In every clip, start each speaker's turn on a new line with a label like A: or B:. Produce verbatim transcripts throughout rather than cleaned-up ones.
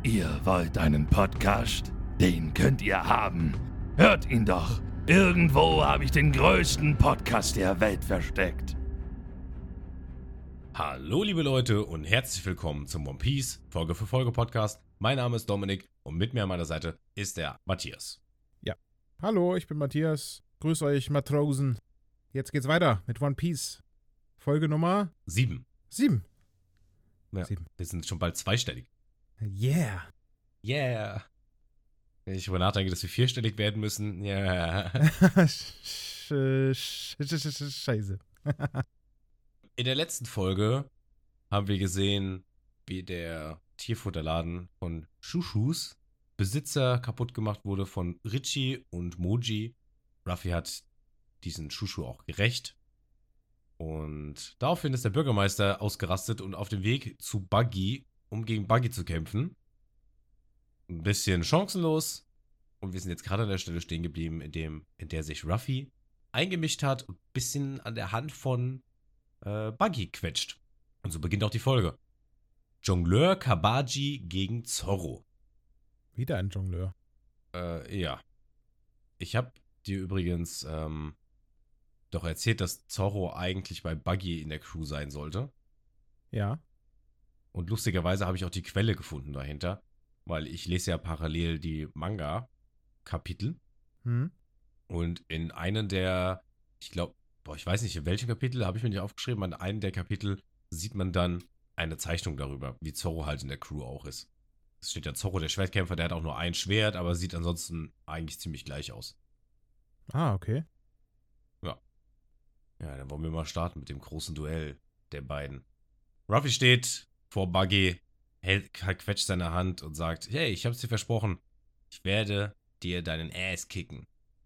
A: Ihr wollt einen Podcast? Den könnt ihr haben. Hört ihn doch. Irgendwo habe ich den größten Podcast der Welt versteckt.
B: Hallo liebe Leute und herzlich willkommen zum One Piece Folge für Folge Podcast. Mein Name ist Dominik und mit mir an meiner Seite ist der Matthias.
C: Ja. Hallo, ich bin Matthias. Grüß euch, Matrosen. Jetzt geht's weiter mit One Piece. Folge Nummer
B: Sieben.
C: sieben.
B: Ja,
C: Sieben.
B: wir sind schon bald zweistellig.
C: Yeah.
B: Yeah. Wenn ich darüber nachdenke, dass wir vierstellig werden müssen, ja.
C: Sch- sch- sch- sch- Scheiße.
B: In der letzten Folge haben wir gesehen, wie der Tierfutterladen von Schuschus Besitzer kaputt gemacht wurde von Richie und Moji. Ruffy hat diesen Schuschu auch gerächt. Und daraufhin ist der Bürgermeister ausgerastet und auf dem Weg zu Buggy, um gegen Buggy zu kämpfen. Ein bisschen chancenlos. Und wir sind jetzt gerade an der Stelle stehen geblieben, in, dem, in der sich Ruffy eingemischt hat und ein bisschen an der Hand von äh, Buggy quetscht. Und so beginnt auch die Folge. Jongleur Kabaji gegen Zorro.
C: Wieder ein Jongleur.
B: Äh, ja. Ich habe dir übrigens ähm, doch erzählt, dass Zorro eigentlich bei Buggy in der Crew sein sollte.
C: Ja.
B: Und lustigerweise habe ich auch die Quelle gefunden dahinter, weil ich lese ja parallel die Manga-Kapitel.
C: Hm.
B: Und in einem der, ich glaube, boah, ich weiß nicht, in welchem Kapitel, habe ich mir nicht aufgeschrieben, in einem der Kapitel sieht man dann eine Zeichnung darüber, wie Zorro halt in der Crew auch ist. Es steht ja Zorro, der Schwertkämpfer, der hat auch nur ein Schwert, aber sieht ansonsten eigentlich ziemlich gleich aus.
C: Ah, okay.
B: Ja, dann wollen wir mal starten mit dem großen Duell der beiden. Ruffy steht vor Buggy, hält, quetscht seine Hand und sagt, hey, ich hab's dir versprochen, ich werde dir deinen Ass kicken.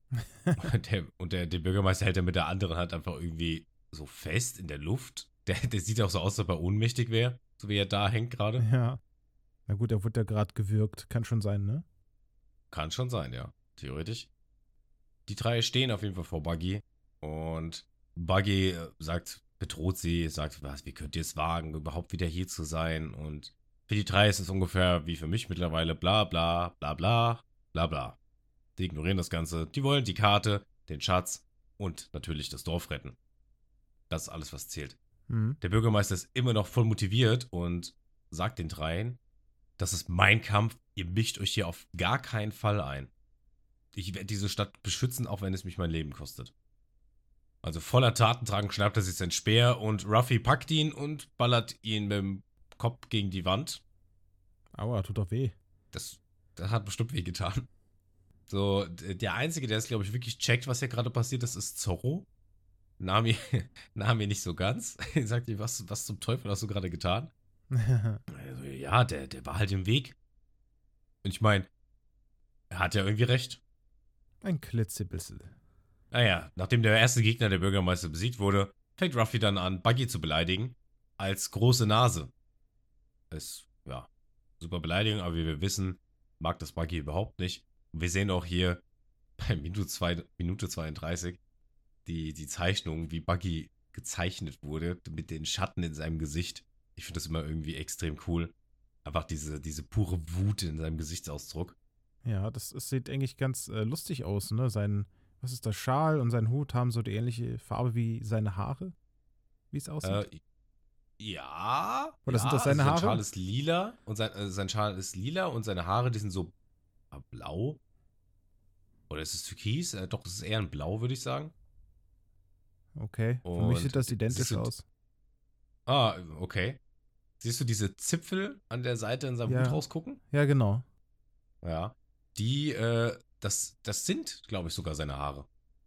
B: und der, und der, der Bürgermeister hält er mit der anderen Hand einfach irgendwie so fest in der Luft. Der, der sieht auch so aus, als ob er ohnmächtig wäre, so wie er da hängt gerade.
C: Ja. Na gut, er wurde ja gerade gewürgt. Kann schon sein, ne?
B: Kann schon sein, ja, theoretisch. Die drei stehen auf jeden Fall vor Buggy und Buggy sagt, bedroht sie, sagt, was, wie könnt ihr es wagen, überhaupt wieder hier zu sein? Und für die drei ist es ungefähr wie für mich mittlerweile, bla bla, bla bla, bla bla. Die ignorieren das Ganze. Die wollen die Karte, den Schatz und natürlich das Dorf retten. Das ist alles, was zählt.
C: Hm.
B: Der Bürgermeister ist immer noch voll motiviert und sagt den dreien, das ist mein Kampf, ihr mischt euch hier auf gar keinen Fall ein. Ich werde diese Stadt beschützen, auch wenn es mich mein Leben kostet. Also voller Tatendrang schnappt er sich sein Speer und Ruffy packt ihn und ballert ihn mit dem Kopf gegen die Wand.
C: Aua, tut doch weh.
B: Das, das hat bestimmt weh getan. So, der Einzige, der es, glaube ich, wirklich checkt, was hier gerade passiert ist, ist Zorro. Nami, Nami nicht so ganz. Er sagt ihm, was, was zum Teufel hast du gerade getan? Also, ja, der, der war halt im Weg. Und ich meine, er hat ja irgendwie recht.
C: Ein Klitzebissel.
B: Naja, nachdem der erste Gegner der Bürgermeister besiegt wurde, fängt Ruffy dann an, Buggy zu beleidigen. Als große Nase. Ist, ja, super Beleidigung, aber wie wir wissen, mag das Buggy überhaupt nicht. Und wir sehen auch hier bei Minute, zwei, Minute zweiunddreißig die, die Zeichnung, wie Buggy gezeichnet wurde, mit den Schatten in seinem Gesicht. Ich finde das immer irgendwie extrem cool. Einfach diese, diese pure Wut in seinem Gesichtsausdruck.
C: Ja, das, das sieht eigentlich ganz äh, lustig aus, ne? Sein, was ist das, Schal und sein Hut haben so die ähnliche Farbe wie seine Haare? Wie es aussieht?
B: Äh, ja.
C: Oder
B: ja,
C: sind das seine
B: also
C: Haare?
B: Sein Schal ist lila und sein, äh, sein Schal ist lila und seine Haare, die sind so ah, blau. Oder ist es türkis? Äh, doch, es ist eher ein Blau, würde ich sagen.
C: Okay, für
B: Und
C: mich sieht das identisch
B: siehst du-
C: aus.
B: Ah, okay. Siehst du diese Zipfel an der Seite in seinem
C: Ja.
B: Hut rausgucken?
C: Ja, genau.
B: Ja. Die, äh, das, das sind, glaube ich, sogar seine Haare.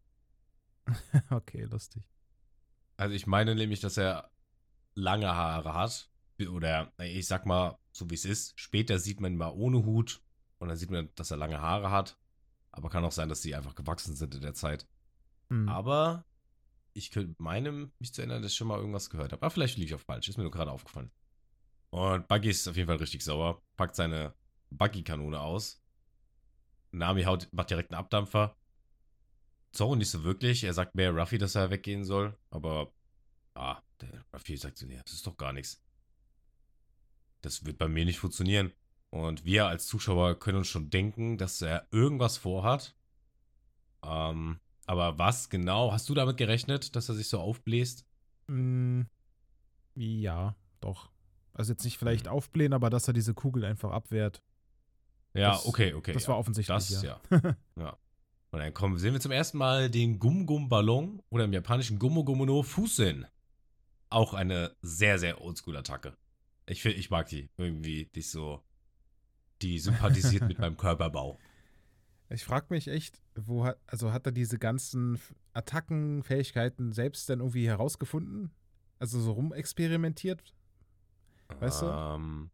C: Okay, lustig.
B: Also ich meine nämlich, dass er lange Haare hat. Oder ich sag mal, so wie es ist. Später sieht man ihn mal ohne Hut. Und dann sieht man, dass er lange Haare hat. Aber kann auch sein, dass sie einfach gewachsen sind in der Zeit.
C: Hm.
B: Aber ich könnte meinem, mich zu erinnern, dass ich schon mal irgendwas gehört habe. Aber vielleicht liege ich auch falsch. Ist mir nur gerade aufgefallen. Und Buggy ist auf jeden Fall richtig sauer. Packt seine Buggy-Kanone aus. Nami haut, macht direkt einen Abdampfer. Zorro nicht so wirklich. Er sagt mehr Ruffy, dass er weggehen soll. Aber, ah, der Ruffy sagt so, nee, das ist doch gar nichts. Das wird bei mir nicht funktionieren. Und wir als Zuschauer können uns schon denken, dass er irgendwas vorhat. Ähm, aber was genau? Hast du damit gerechnet, dass er sich so aufbläst?
C: Mm, ja, doch. Also jetzt nicht vielleicht
B: Mhm.
C: aufblähen, aber dass er diese Kugel einfach abwehrt.
B: Ja,
C: Das-
B: okay, okay.
C: das
B: ja.
C: war offensichtlich,
B: Das,
C: ja.
B: ja. ja. Und dann kommen, sehen wir zum ersten Mal den Gum-Gum-Ballon oder im japanischen Gummo-Gummo no Fusen. Auch eine sehr, sehr oldschool-Attacke. Ich, find- ich mag die irgendwie, die ist so, die sympathisiert mit meinem Körperbau.
C: Ich frage mich echt, wo hat, also hat er diese ganzen F- Attacken, Fähigkeiten selbst dann irgendwie herausgefunden? Also so rumexperimentiert? Weißt du?
B: Ähm,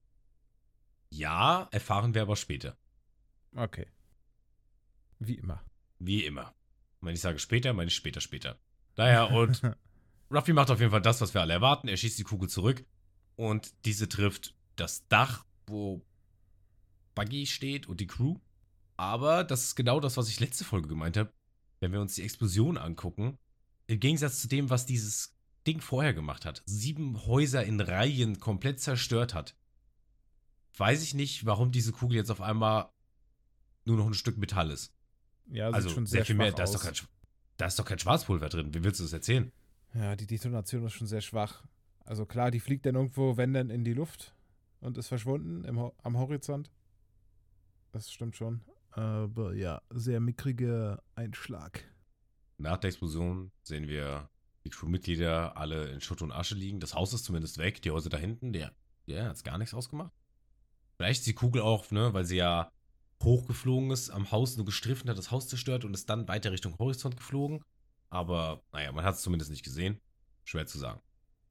B: ja, erfahren wir aber später.
C: Okay. Wie immer.
B: Wie immer. Wenn ich sage später, meine ich später, später. Naja, und Ruffy macht auf jeden Fall das, was wir alle erwarten. Er schießt die Kugel zurück und diese trifft das Dach, wo Buggy steht und die Crew. Aber das ist genau das, was ich letzte Folge gemeint habe. Wenn wir uns die Explosion angucken, im Gegensatz zu dem, was dieses Ding vorher gemacht hat, sieben Häuser in Reihen komplett zerstört hat, weiß ich nicht, warum diese Kugel jetzt auf einmal nur noch ein Stück Metall ist.
C: Ja, sieht
B: Also
C: schon
B: sehr
C: sehr
B: viel
C: schwach
B: mehr. Da ist, doch
C: aus.
B: kein, Sch- da ist doch kein Schwarzpulver drin. Wie willst du das erzählen?
C: Ja, die Detonation ist schon sehr schwach. Also klar, die fliegt dann irgendwo, wenn dann in die Luft und ist verschwunden im, Ho- am Horizont. Das stimmt schon. Aber ja, sehr mickriger Einschlag.
B: Nach der Explosion sehen wir die Crewmitglieder alle in Schutt und Asche liegen. Das Haus ist zumindest weg. Die Häuser da hinten, der, der hat gar nichts ausgemacht. Vielleicht ist die Kugel auch, ne, weil sie ja hochgeflogen ist, am Haus nur gestriffen hat, das Haus zerstört und ist dann weiter Richtung Horizont geflogen. Aber, naja, man hat es zumindest nicht gesehen. Schwer zu sagen.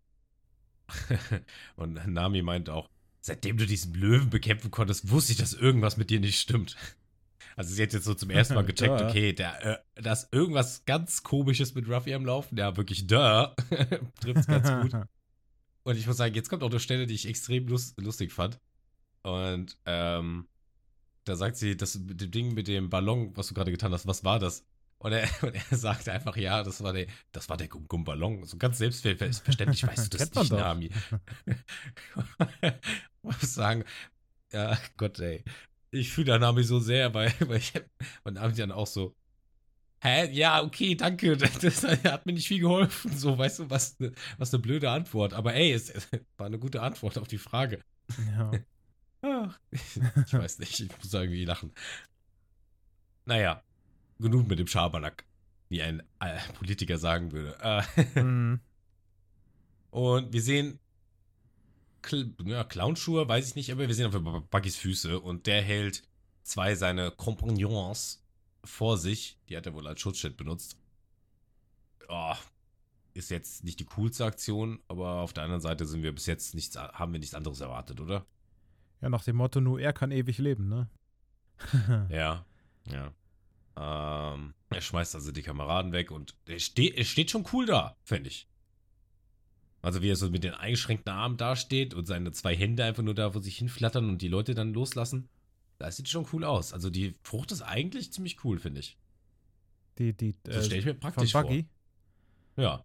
B: Und Nami meint auch, seitdem du diesen Löwen bekämpfen konntest, wusste ich, dass irgendwas mit dir nicht stimmt. Also sie hat jetzt so zum ersten Mal gecheckt,
C: Duh.
B: okay, der, äh, da ist irgendwas ganz Komisches mit Ruffy am Laufen. Ja, wirklich, duh. Trifft's ganz gut. Und ich muss sagen, jetzt kommt auch eine Stelle, die ich extrem lust, lustig fand. Und ähm, da sagt sie, das mit dem Ding mit dem Ballon, was du gerade getan hast, was war das? Und er, und er sagt einfach, ja, das war der, das war der Gum-Gum-Ballon. So ganz selbstverständlich weißt du das
C: Kennt man
B: nicht,
C: doch.
B: Nami. Ich muss sagen, ja, Gott, ey. Ich fühle da Nami so sehr, weil, weil ich und Nami dann auch so, hä, ja, okay, danke, das, das hat mir nicht viel geholfen. So, weißt du, was, ne- was eine blöde Antwort. Aber ey, es, es war eine gute Antwort auf die Frage.
C: Ja.
B: Ach, ich, ich weiß nicht, ich muss irgendwie lachen. Naja, genug mit dem Schabernack, wie ein äh, Politiker sagen würde. Äh,
C: Mhm.
B: und wir sehen Kl ja, Clownschuhe, weiß ich nicht, aber wir sehen auf jeden Fall Buggys Füße und der hält zwei seiner Kompagnons vor sich. Die hat er wohl als Schutzschild benutzt. Oh, ist jetzt nicht die coolste Aktion, aber auf der anderen Seite sind wir bis jetzt nichts, haben wir nichts anderes erwartet, oder?
C: Ja, nach dem Motto, nur er kann ewig leben, ne?
B: Ja, ja. Ähm, er schmeißt also die Kameraden weg und er, ste er steht schon cool da, finde ich. Also wie er so mit den eingeschränkten Armen dasteht und seine zwei Hände einfach nur da vor sich hinflattern und die Leute dann loslassen. Das sieht schon cool aus. Also die Frucht ist eigentlich ziemlich cool, finde ich.
C: Die, die,
B: Das stelle ich mir praktisch
C: von Buggy.
B: vor. Ja.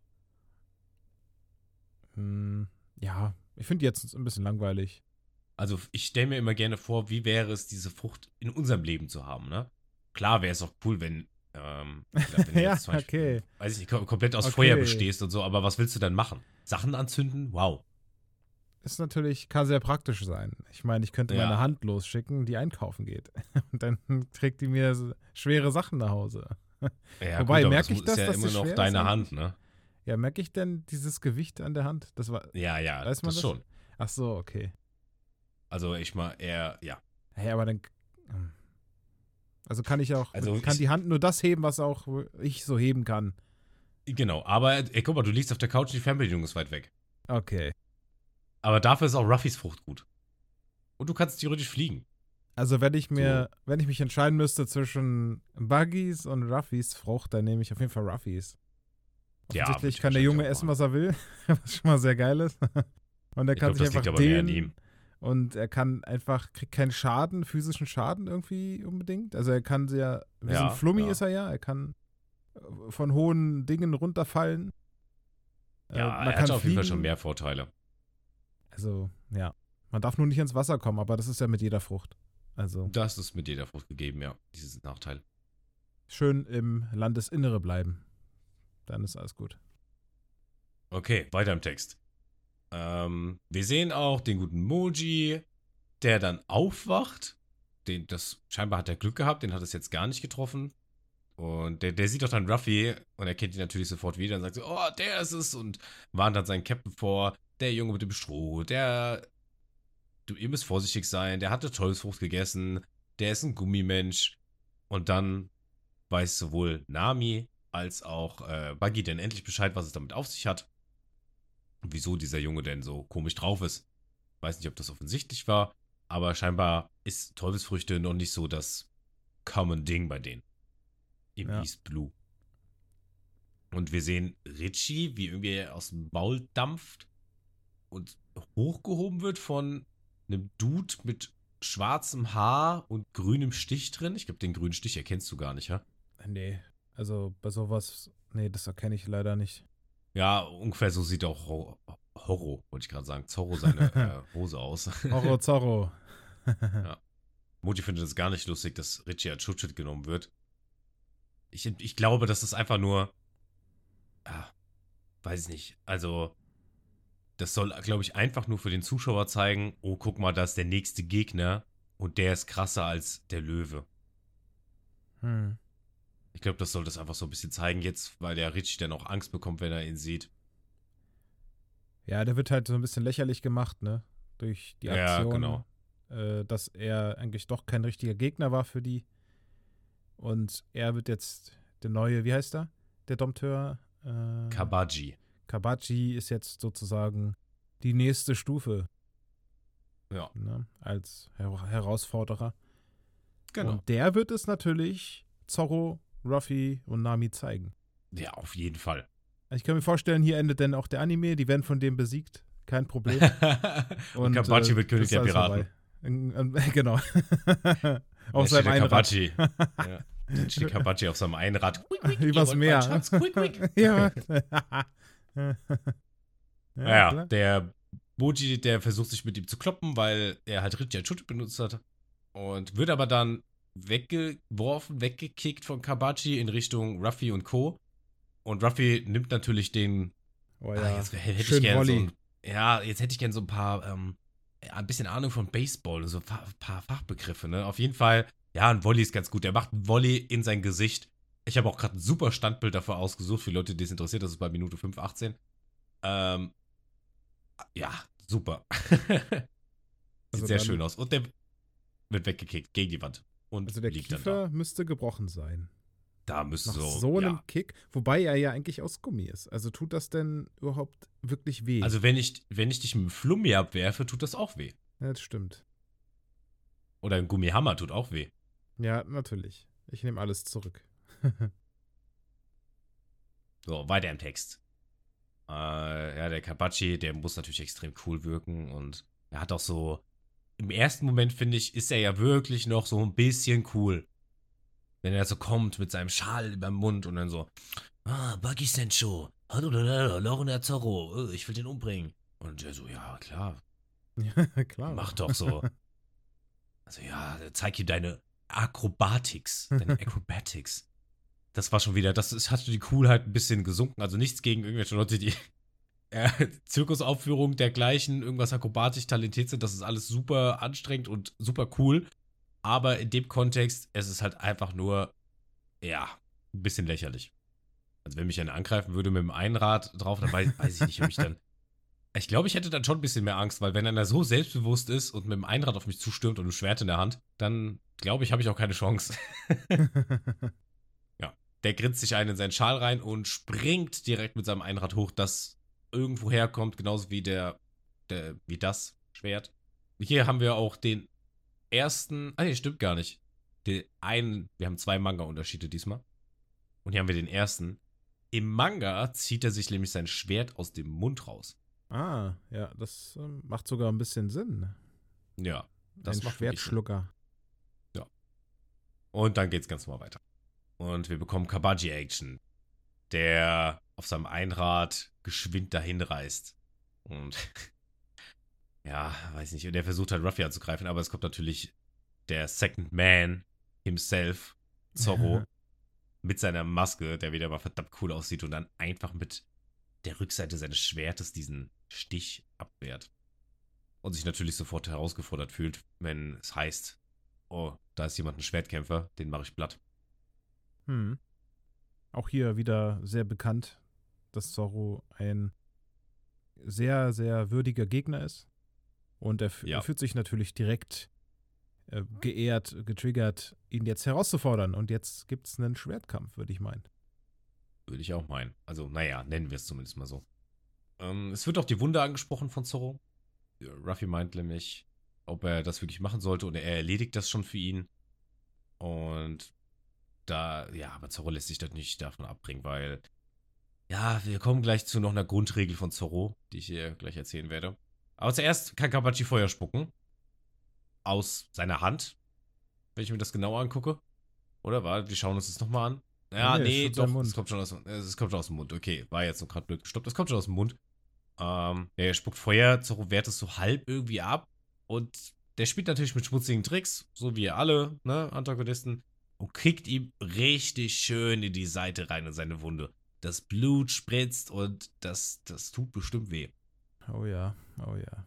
C: Hm, ja, ich finde die jetzt ein bisschen langweilig.
B: Also ich stelle mir immer gerne vor, wie wäre es, diese Frucht in unserem Leben zu haben, ne? Klar wäre es auch cool, wenn, ähm, wenn du
C: Ja,
B: jetzt zum Beispiel,
C: okay.
B: weiß ich nicht, kom- komplett aus
C: Okay.
B: Feuer bestehst und so, aber was willst du dann machen? Sachen anzünden? Wow.
C: Ist natürlich, kann sehr praktisch sein. Ich meine, ich könnte
B: Ja.
C: meine Hand losschicken, die einkaufen geht. Und dann trägt die mir so schwere Sachen nach Hause.
B: Ja,
C: Wobei,
B: aber
C: merke
B: das
C: ich das,
B: ist ja
C: dass
B: immer
C: das
B: noch
C: schwer ist
B: deine
C: eigentlich?
B: Hand, ne?
C: Ja, merke ich denn dieses Gewicht an der Hand? Das war.
B: Ja, ja,
C: Weiß man
B: das
C: das?
B: schon.
C: Ach so, okay.
B: Also ich mal eher, ja.
C: Hey, aber dann. Also kann ich auch.
B: Also
C: kann
B: ich-
C: die Hand nur das heben, was auch ich so heben kann.
B: Genau, aber ey, guck mal, du liegst auf der Couch, die Fernbedienung ist weit weg.
C: Okay.
B: Aber dafür ist auch Ruffys Frucht gut. Und du kannst theoretisch fliegen.
C: Also wenn ich mir, wenn ich mich entscheiden müsste zwischen Buggys und Ruffys Frucht, dann nehme ich auf jeden Fall Ruffys.
B: Ja,
C: Offensichtlich
B: würd ich
C: kann der Junge
B: wahrscheinlich auch
C: essen, was er will, was schon mal sehr geil ist. Und er
B: Ich
C: kann
B: glaub,
C: sich
B: das liegt
C: einfach
B: aber mehr an
C: dehnen.
B: ihm.
C: Und er kann einfach, kriegt keinen Schaden, physischen Schaden irgendwie unbedingt. Also er kann sehr, wie so
B: Ja,
C: ein Flummi
B: ja.
C: ist er ja, er kann äh, von hohen Dingen runterfallen. Äh,
B: Ja,
C: man
B: er
C: kann
B: hat auf jeden Fall
C: fliegen.
B: schon mehr Vorteile.
C: Also, ja. Man darf nur nicht ins Wasser kommen, aber das ist ja mit jeder Frucht. Also
B: Das ist mit jeder Frucht gegeben, ja, dieses Nachteil.
C: schön im Landesinnere bleiben. Dann ist alles gut.
B: Okay, weiter im Text. Ähm, wir sehen auch den guten Moji, der dann aufwacht. Den, das, scheinbar hat er Glück gehabt, den hat es jetzt gar nicht getroffen. Und der, der sieht doch dann Ruffy und er kennt ihn natürlich sofort wieder und sagt so, oh, der ist es, und warnt dann seinen Captain vor, der Junge mit dem Stroh, der, du, ihr müsst vorsichtig sein, der hatte Teufelsfrucht gegessen, der ist ein Gummimensch. Und dann weiß sowohl Nami als auch äh, Buggy dann endlich Bescheid, was es damit auf sich hat. Und wieso dieser Junge denn so komisch drauf ist. Weiß nicht, ob das offensichtlich war, aber scheinbar ist Teufelsfrüchte noch nicht so das Common Ding bei denen. Im
C: Ja.
B: East Blue. Und wir sehen Richie, wie irgendwie er aus dem Maul dampft und hochgehoben wird von einem Dude mit schwarzem Haar und grünem Stich drin. Ich glaube, den grünen Stich erkennst du gar nicht, ja?
C: Nee, also bei sowas, nee, das erkenne ich leider nicht.
B: Ja, ungefähr so sieht auch Ho- Horro, wollte ich gerade sagen, Zorro seine äh, Hose aus.
C: Horror Zorro.
B: Moji findet es gar nicht lustig, dass Richie als Schutzschild genommen wird. Ich, ich glaube, das ist einfach nur, ja, weiß ich nicht, also das soll, glaube ich, einfach nur für den Zuschauer zeigen, oh, guck mal, da ist der nächste Gegner und der ist krasser als der Löwe.
C: Hm.
B: Ich glaube, das soll das einfach so ein bisschen zeigen jetzt, weil der Richie dann auch Angst bekommt, wenn er ihn sieht.
C: Ja, der wird halt so ein bisschen lächerlich gemacht, ne? Durch die
B: Ja,
C: Aktion,
B: genau.
C: äh, dass er eigentlich doch kein richtiger Gegner war für die. Und er wird jetzt der neue, wie heißt er? Der Dompteur? Äh,
B: Kabaji.
C: Kabachi ist jetzt sozusagen die nächste Stufe,
B: Ja,
C: ne? Als Her Herausforderer.
B: genau.
C: Und der wird es natürlich Zorro, Ruffy und Nami zeigen.
B: Ja, auf jeden Fall.
C: Ich kann mir vorstellen, hier endet dann auch der Anime, die werden von dem besiegt. Kein Problem.
B: und Kabachi
C: äh,
B: wird König
C: das ist
B: der
C: alles
B: Piraten.
C: vorbei. Äh, Genau. Auf
B: Da steht
C: seinem
B: der
C: Einrad.
B: Kabachi. Ja. Dann steht Kabachi auf seinem Einrad. Quick, quick,
C: Übers
B: ihr wollt
C: Meer.
B: meinen Schatz, quick, quick.
C: ja. ja,
B: Naja,
C: klar.
B: der Moji, der versucht sich mit ihm zu kloppen, weil er halt Richie als Schutzschild benutzt hat. Und wird aber dann weggeworfen, weggekickt von Kabachi in Richtung Ruffy und Co. Und Ruffy nimmt natürlich den.
C: Oh
B: Ah,
C: ja.
B: jetzt hätte ich
C: Schön
B: gerne so
C: Volley.
B: ein, Ja, jetzt hätte ich gerne so ein paar, ähm, ja, ein bisschen Ahnung von Baseball, so ein paar, paar Fachbegriffe, ne? Auf jeden Fall, ja, ein Volley ist ganz gut. Der macht einen Volley in sein Gesicht. Ich habe auch gerade ein super Standbild dafür ausgesucht, für Leute, die es interessiert. Das ist bei Minute fünf achtzehn. Ähm, ja, super. Sieht
C: Also
B: sehr
C: dann-
B: schön aus. Und der wird weggekickt gegen die Wand. Und
C: Also der
B: liegt dann
C: Kiefer müsste gebrochen sein.
B: da. Da müsste
C: Nach
B: so,
C: so einem
B: ja.
C: Kick, wobei er ja eigentlich aus Gummi ist. Also tut das denn überhaupt wirklich weh?
B: Also wenn ich, wenn ich dich mit einem Flummi abwerfe, tut das auch weh.
C: Ja, das stimmt.
B: Oder ein Gummihammer tut auch weh.
C: Ja, natürlich. Ich nehme alles zurück.
B: So, weiter im Text. Äh, ja, der Kabachi, der muss natürlich extrem cool wirken und er hat auch so, im ersten Moment, finde ich, ist er ja wirklich noch so ein bisschen cool. Wenn er so kommt mit seinem Schal über dem Mund und dann so, ah, Buggy Sencho, hallo, Loren der Zorro, ich will den umbringen. Und er so, ja, klar,
C: Ja, klar.
B: mach doch so. Also ja, zeig ihm deine Akrobatics, deine Acrobatics. Das war schon wieder, das ist, hatte die Coolheit ein bisschen gesunken. Also nichts gegen irgendwelche Leute, die äh, Zirkusaufführungen dergleichen, irgendwas akrobatisch talentiert sind. Das ist alles super anstrengend und super cool. Aber in dem Kontext, es ist halt einfach nur, ja, ein bisschen lächerlich. Also wenn mich einer angreifen würde mit dem Einrad drauf, dann weiß, weiß ich nicht, ob ich dann. Ich glaube, ich hätte dann schon ein bisschen mehr Angst, weil wenn einer so selbstbewusst ist und mit dem Einrad auf mich zustürmt und ein Schwert in der Hand, dann glaube ich, habe ich auch keine Chance. Der grinst sich einen in seinen Schal rein und springt direkt mit seinem Einrad hoch, das irgendwo herkommt, genauso wie der, der, wie das Schwert. Hier haben wir auch den ersten, ah nee, stimmt gar nicht. Den einen, wir haben zwei Manga-Unterschiede diesmal. Und hier haben wir den ersten. Im Manga zieht er sich nämlich sein Schwert aus dem Mund raus.
C: Ah, ja, das ähm, macht sogar ein bisschen Sinn.
B: Ja, das
C: Ein
B: macht wirklich Sinn.
C: Schwertschlucker.
B: Und dann geht's ganz normal weiter. Und wir bekommen Kabaji-Action, der auf seinem Einrad geschwind dahin reist. Und ja, weiß nicht. Und er versucht halt Ruffy anzugreifen, aber es kommt natürlich der Second Man himself, Zorro, mit seiner Maske, der wieder mal verdammt cool aussieht und dann einfach mit der Rückseite seines Schwertes diesen Stich abwehrt. Und sich natürlich sofort herausgefordert fühlt, wenn es heißt, oh, da ist jemand ein Schwertkämpfer, den mache ich platt.
C: Hm. Auch hier wieder sehr bekannt, dass Zorro ein sehr, sehr würdiger Gegner ist. Und er, f-
B: Ja.
C: er fühlt sich natürlich direkt äh, geehrt, getriggert, ihn jetzt herauszufordern. Und jetzt gibt es einen Schwertkampf, würde ich meinen.
B: Würde ich auch meinen. Also, naja, nennen wir es zumindest mal so. Ähm, es wird auch die Wunde angesprochen von Zorro. Ruffy meint nämlich, ob er das wirklich machen sollte und er erledigt das schon für ihn. Und da, ja, aber Zorro lässt sich das nicht davon abbringen, weil, ja, wir kommen gleich zu noch einer Grundregel von Zorro, die ich hier gleich erzählen werde. Aber zuerst kann Kabachi Feuer spucken. Aus seiner Hand, wenn ich mir das genauer angucke. Oder? Warte, wir schauen uns das nochmal an. Ja,
C: Nee,
B: nee,
C: es kommt aus dem
B: doch,
C: Mund.
B: es kommt schon aus, es kommt schon aus dem Mund. Okay, war jetzt noch gerade blöd gestoppt. Es kommt schon aus dem Mund. Ähm, ja, er spuckt Feuer, Zorro wehrt es so halb irgendwie ab. Und der spielt natürlich mit schmutzigen Tricks, so wie alle, ne, Antagonisten. Und kickt ihm richtig schön in die Seite rein in seine Wunde. Das Blut spritzt und das, das tut bestimmt weh.
C: Oh ja, oh ja.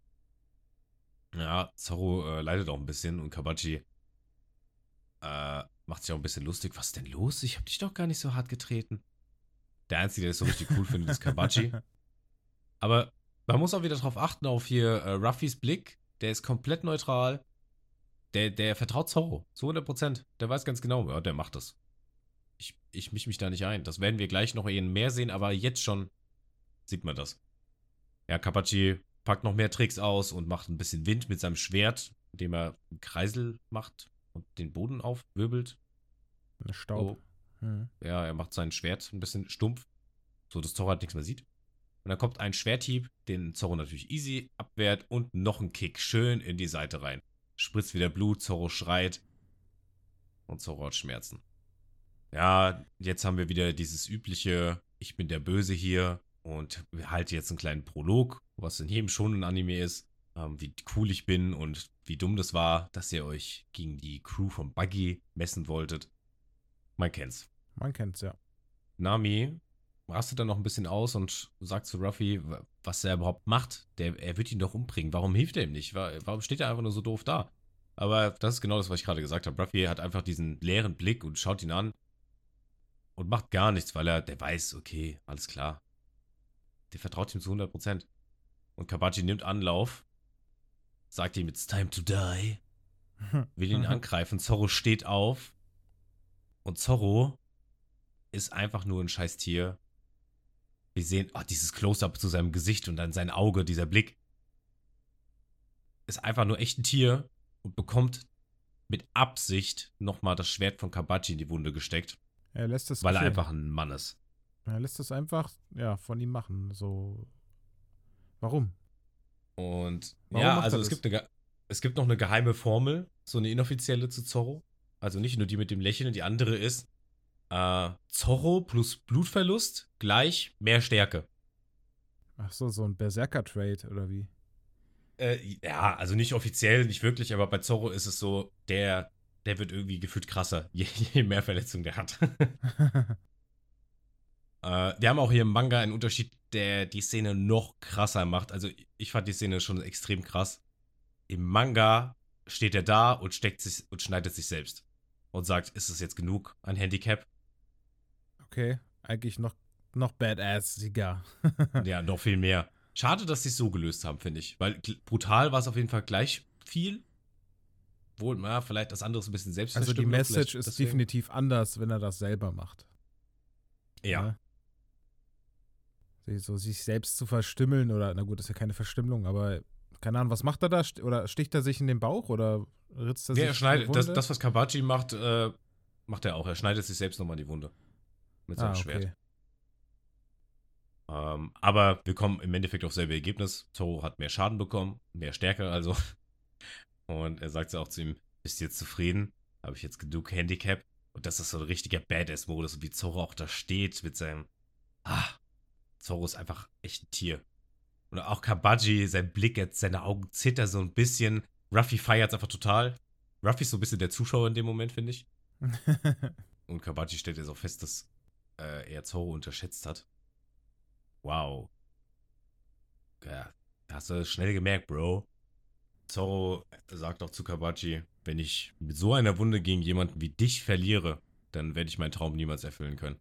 B: Ja, Zorro äh, leidet auch ein bisschen und Kabachi äh, macht sich auch ein bisschen lustig. Was ist denn los? Ich hab dich doch gar nicht so hart getreten. Der Einzige, der das so richtig cool findet, ist Kabachi. Aber man muss auch wieder drauf achten, auf hier äh, Ruffys Blick. Der ist komplett neutral. Der, der vertraut Zorro. Zu hundert Prozent. Der weiß ganz genau, ja, der macht das. Ich, ich misch mich da nicht ein. Das werden wir gleich noch eher mehr sehen, aber jetzt schon sieht man das. Ja, Kabachi packt noch mehr Tricks aus und macht ein bisschen Wind mit seinem Schwert, indem er einen Kreisel macht und den Boden aufwirbelt.
C: Ein Staub.
B: So.
C: Hm.
B: Ja, er macht sein Schwert ein bisschen stumpf, so dass Zorro halt nichts mehr sieht. Und dann kommt ein Schwerthieb, den Zorro natürlich easy abwehrt und noch ein Kick schön in die Seite rein. Spritzt wieder Blut, Zorro schreit und Zorro hat Schmerzen. Ja, jetzt haben wir wieder dieses übliche, ich bin der Böse hier und wir halten jetzt einen kleinen Prolog, was in jedem schon ein Anime ist, ähm, wie cool ich bin und wie dumm das war, dass ihr euch gegen die Crew von Buggy messen wolltet. Man kennt's.
C: Man kennt's, ja.
B: Nami rastet dann noch ein bisschen aus und sagt zu Ruffy, was er überhaupt macht. Der, er wird ihn doch umbringen. Warum hilft er ihm nicht? Warum steht er einfach nur so doof da? Aber das ist genau das, was ich gerade gesagt habe. Ruffy hat einfach diesen leeren Blick und schaut ihn an und macht gar nichts, weil er, der weiß, okay, alles klar. Der vertraut ihm zu hundert Prozent. Und Kabachi nimmt Anlauf, sagt ihm, it's time to die, will ihn angreifen. Zorro steht auf und Zorro ist einfach nur ein scheiß Tier. Wir sehen, oh, dieses Close-Up zu seinem Gesicht und dann sein Auge, dieser Blick. Ist einfach nur echt ein Tier und bekommt mit Absicht nochmal das Schwert von Kabachi in die Wunde gesteckt.
C: Er lässt es
B: Weil er
C: geschehen.
B: einfach ein Mann ist.
C: Er lässt es einfach, ja, von ihm machen. So. Warum?
B: Und
C: Warum
B: ja,
C: macht
B: also
C: er
B: es
C: das?
B: gibt, eine, ge- es gibt noch eine geheime Formel, so eine inoffizielle zu Zorro. Also nicht nur die mit dem Lächeln, die andere ist, äh, Zorro plus Blutverlust gleich mehr Stärke.
C: Ach so, so ein Berserker-Trade oder wie?
B: Äh, ja, also nicht offiziell, nicht wirklich, aber bei Zorro ist es so, der, der wird irgendwie gefühlt krasser, je, je mehr Verletzungen der hat. äh, wir haben auch hier im Manga einen Unterschied, der die Szene noch krasser macht. Also ich fand die Szene schon extrem krass. Im Manga steht er da und steckt sich und schneidet sich selbst. Und sagt, ist es jetzt genug an Handicap?
C: Okay, eigentlich noch, noch badass-siger.
B: Ja, noch viel mehr. Schade, dass sie es so gelöst haben, finde ich. Weil gl- brutal war es auf jeden Fall gleich viel. Wohl, na, vielleicht das andere ist ein bisschen
C: Also die
B: selbstverständlich.
C: Message ist definitiv anders, wenn er das selber macht.
B: Ja.
C: Ne? So sich selbst zu verstümmeln oder, na gut, das ist ja keine Verstümmelung, aber keine Ahnung, was macht er da? St- Oder sticht er sich in den Bauch oder ritzt er
B: Ja,
C: sich
B: er schneidet,
C: die
B: das,
C: Wunde?
B: das, was Kabachi macht, äh, macht er auch. Er schneidet sich selbst nochmal die Wunde. Mit seinem
C: ah,
B: Schwert.
C: okay.
B: Ähm, aber wir kommen im Endeffekt auf selbe Ergebnis. Zorro hat mehr Schaden bekommen, mehr Stärke also. Und er sagt auch zu ihm, bist du jetzt zufrieden? Habe ich jetzt genug Handicap? Und das ist so ein richtiger Badass-Modus. Und wie Zorro auch da steht mit seinem... Ah, Zorro ist einfach echt ein Tier. Und auch Kabaji, sein Blick jetzt, seine Augen zittern so ein bisschen. Ruffy feiert es einfach total. Ruffy ist so ein bisschen der Zuschauer in dem Moment, finde ich. Und Kabaji stellt jetzt auch fest, dass äh, er Zoro unterschätzt hat. Wow. Ja, hast du schnell gemerkt, Bro. Zoro sagt auch zu Kabaji, wenn ich mit so einer Wunde gegen jemanden wie dich verliere, dann werde ich meinen Traum niemals erfüllen können.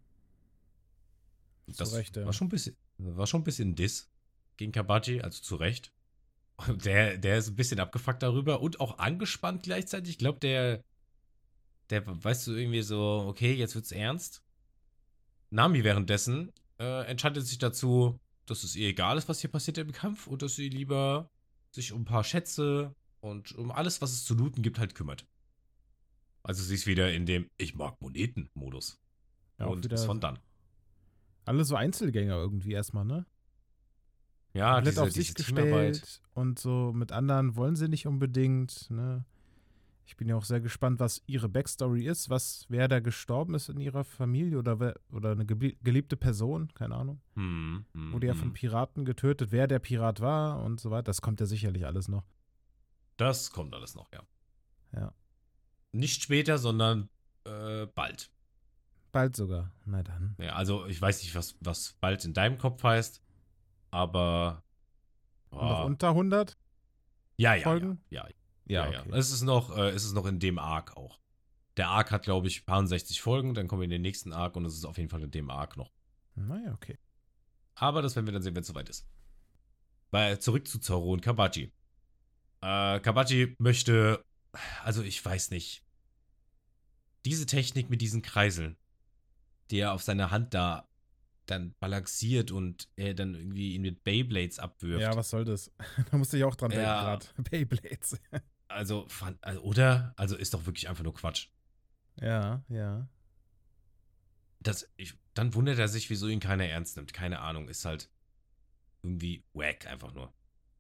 B: Und das
C: Zu Recht, ja.
B: war schon ein bisschen, war schon ein bisschen Diss gegen Kabaji, also zu Recht. Und der, der ist ein bisschen abgefuckt darüber und auch angespannt gleichzeitig. Ich glaube, der, der, weißt du, irgendwie so, okay, jetzt wird's ernst. Nami währenddessen äh, entscheidet sich dazu, dass es ihr egal ist, was hier passiert im Kampf und dass sie lieber sich um ein paar Schätze und um alles, was es zu looten gibt, halt kümmert. Also sie ist wieder in dem Ich mag Moneten-Modus.
C: Ja, auch
B: und
C: wieder
B: ist von dann.
C: Alle so Einzelgänger irgendwie erstmal, ne?
B: Ja,
C: Komplett
B: diese,
C: auf sich
B: diese Teamarbeit.
C: gestellt und so mit anderen wollen sie nicht unbedingt, ne? Ich bin ja auch sehr gespannt, was ihre Backstory ist, was, wer da gestorben ist in ihrer Familie oder, wer, oder eine geblie- geliebte Person, keine Ahnung.
B: Hm, hm,
C: Wurde ja
B: hm.
C: von Piraten getötet, wer der Pirat war und so weiter. Das kommt ja sicherlich alles noch.
B: Das kommt alles noch, ja.
C: Ja.
B: Nicht später, sondern äh, bald.
C: Bald sogar. Na dann.
B: Ja, also ich weiß nicht, was, was bald in deinem Kopf heißt, aber
C: Und noch
B: boah.
C: unter hundert?
B: ja, ja,
C: Folgen?
B: ja, ja,
C: Ja,
B: ja, ja.
C: okay.
B: Es ist noch, äh, es ist noch in dem Arc auch. Der Arc hat, glaube ich, paar sechzig Folgen, dann kommen wir in den nächsten Arc und es ist auf jeden Fall in dem Arc noch.
C: Naja, okay.
B: Aber das werden wir dann sehen, wenn es soweit ist. Weil zurück zu Zoro und Kabaji. Äh, Kabaji möchte, also ich weiß nicht, diese Technik mit diesen Kreiseln, die er auf seiner Hand da dann balanciert und er dann irgendwie ihn mit Beyblades abwirft.
C: Ja, was soll das? Da musste ich auch dran denken
B: Ja.
C: gerade. Beyblades.
B: Also, fand, also, oder? Also ist doch wirklich einfach nur Quatsch.
C: Ja, ja.
B: Das, ich, dann wundert er sich, wieso ihn keiner ernst nimmt. Keine Ahnung, ist halt irgendwie wack einfach nur.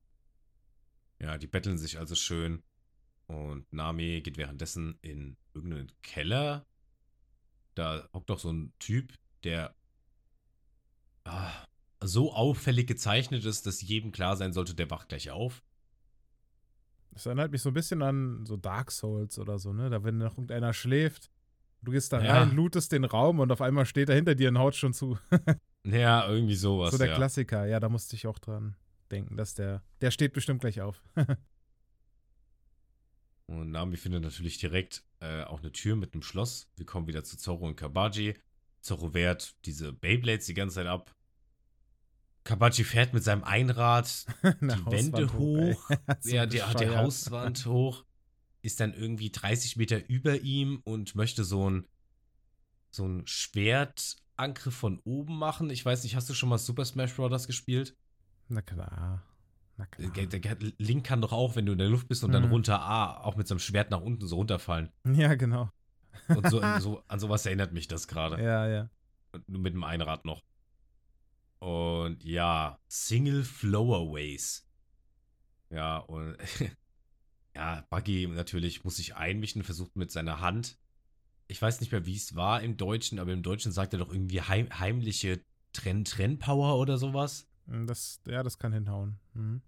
B: Ja, die betteln sich also schön. Und Nami geht währenddessen in irgendeinen Keller. Da hockt doch so ein Typ, der ah, so auffällig gezeichnet ist, dass jedem klar sein sollte, der wacht gleich auf.
C: Das erinnert mich so ein bisschen an so Dark Souls oder so, ne? Da, wenn noch irgendeiner schläft, du gehst da
B: Ja.
C: rein, lootest den Raum und auf einmal steht er hinter dir und haut schon zu.
B: Ja, irgendwie sowas.
C: so der
B: ja.
C: Klassiker. Ja, da musste ich auch dran denken, dass der, der steht bestimmt gleich auf.
B: Und Nami findet natürlich direkt äh, auch eine Tür mit einem Schloss. Wir kommen wieder zu Zoro und Kabaji. Zoro wehrt diese Beyblades die ganze Zeit ab. Kabaji fährt mit seinem Einrad die Wände hoch.
C: ey. So
B: ja, die, die
C: bescheuert.
B: Hauswand hoch. Ist dann irgendwie dreißig Meter über ihm und möchte so ein, so ein Schwertangriff von oben machen. Ich weiß nicht, hast du schon mal Super Smash Bros. Gespielt?
C: Na klar. Na klar.
B: Der, der Link kann doch auch, wenn du in der Luft bist und dann
C: Mhm.
B: runter, ah, auch mit seinem Schwert nach unten so runterfallen.
C: Ja, genau.
B: Und so, so an sowas erinnert mich das gerade.
C: Ja, ja.
B: Und nur mit dem Einrad noch. Und ja, Single Flowaways. Ja, und ja, Buggy natürlich muss sich einmischen, versucht mit seiner Hand. Ich weiß nicht mehr, wie es war im Deutschen, aber im Deutschen sagt er doch irgendwie heim, heimliche Trenn-Trenn-Power oder sowas.
C: Das, ja, das kann hinhauen. Mhm.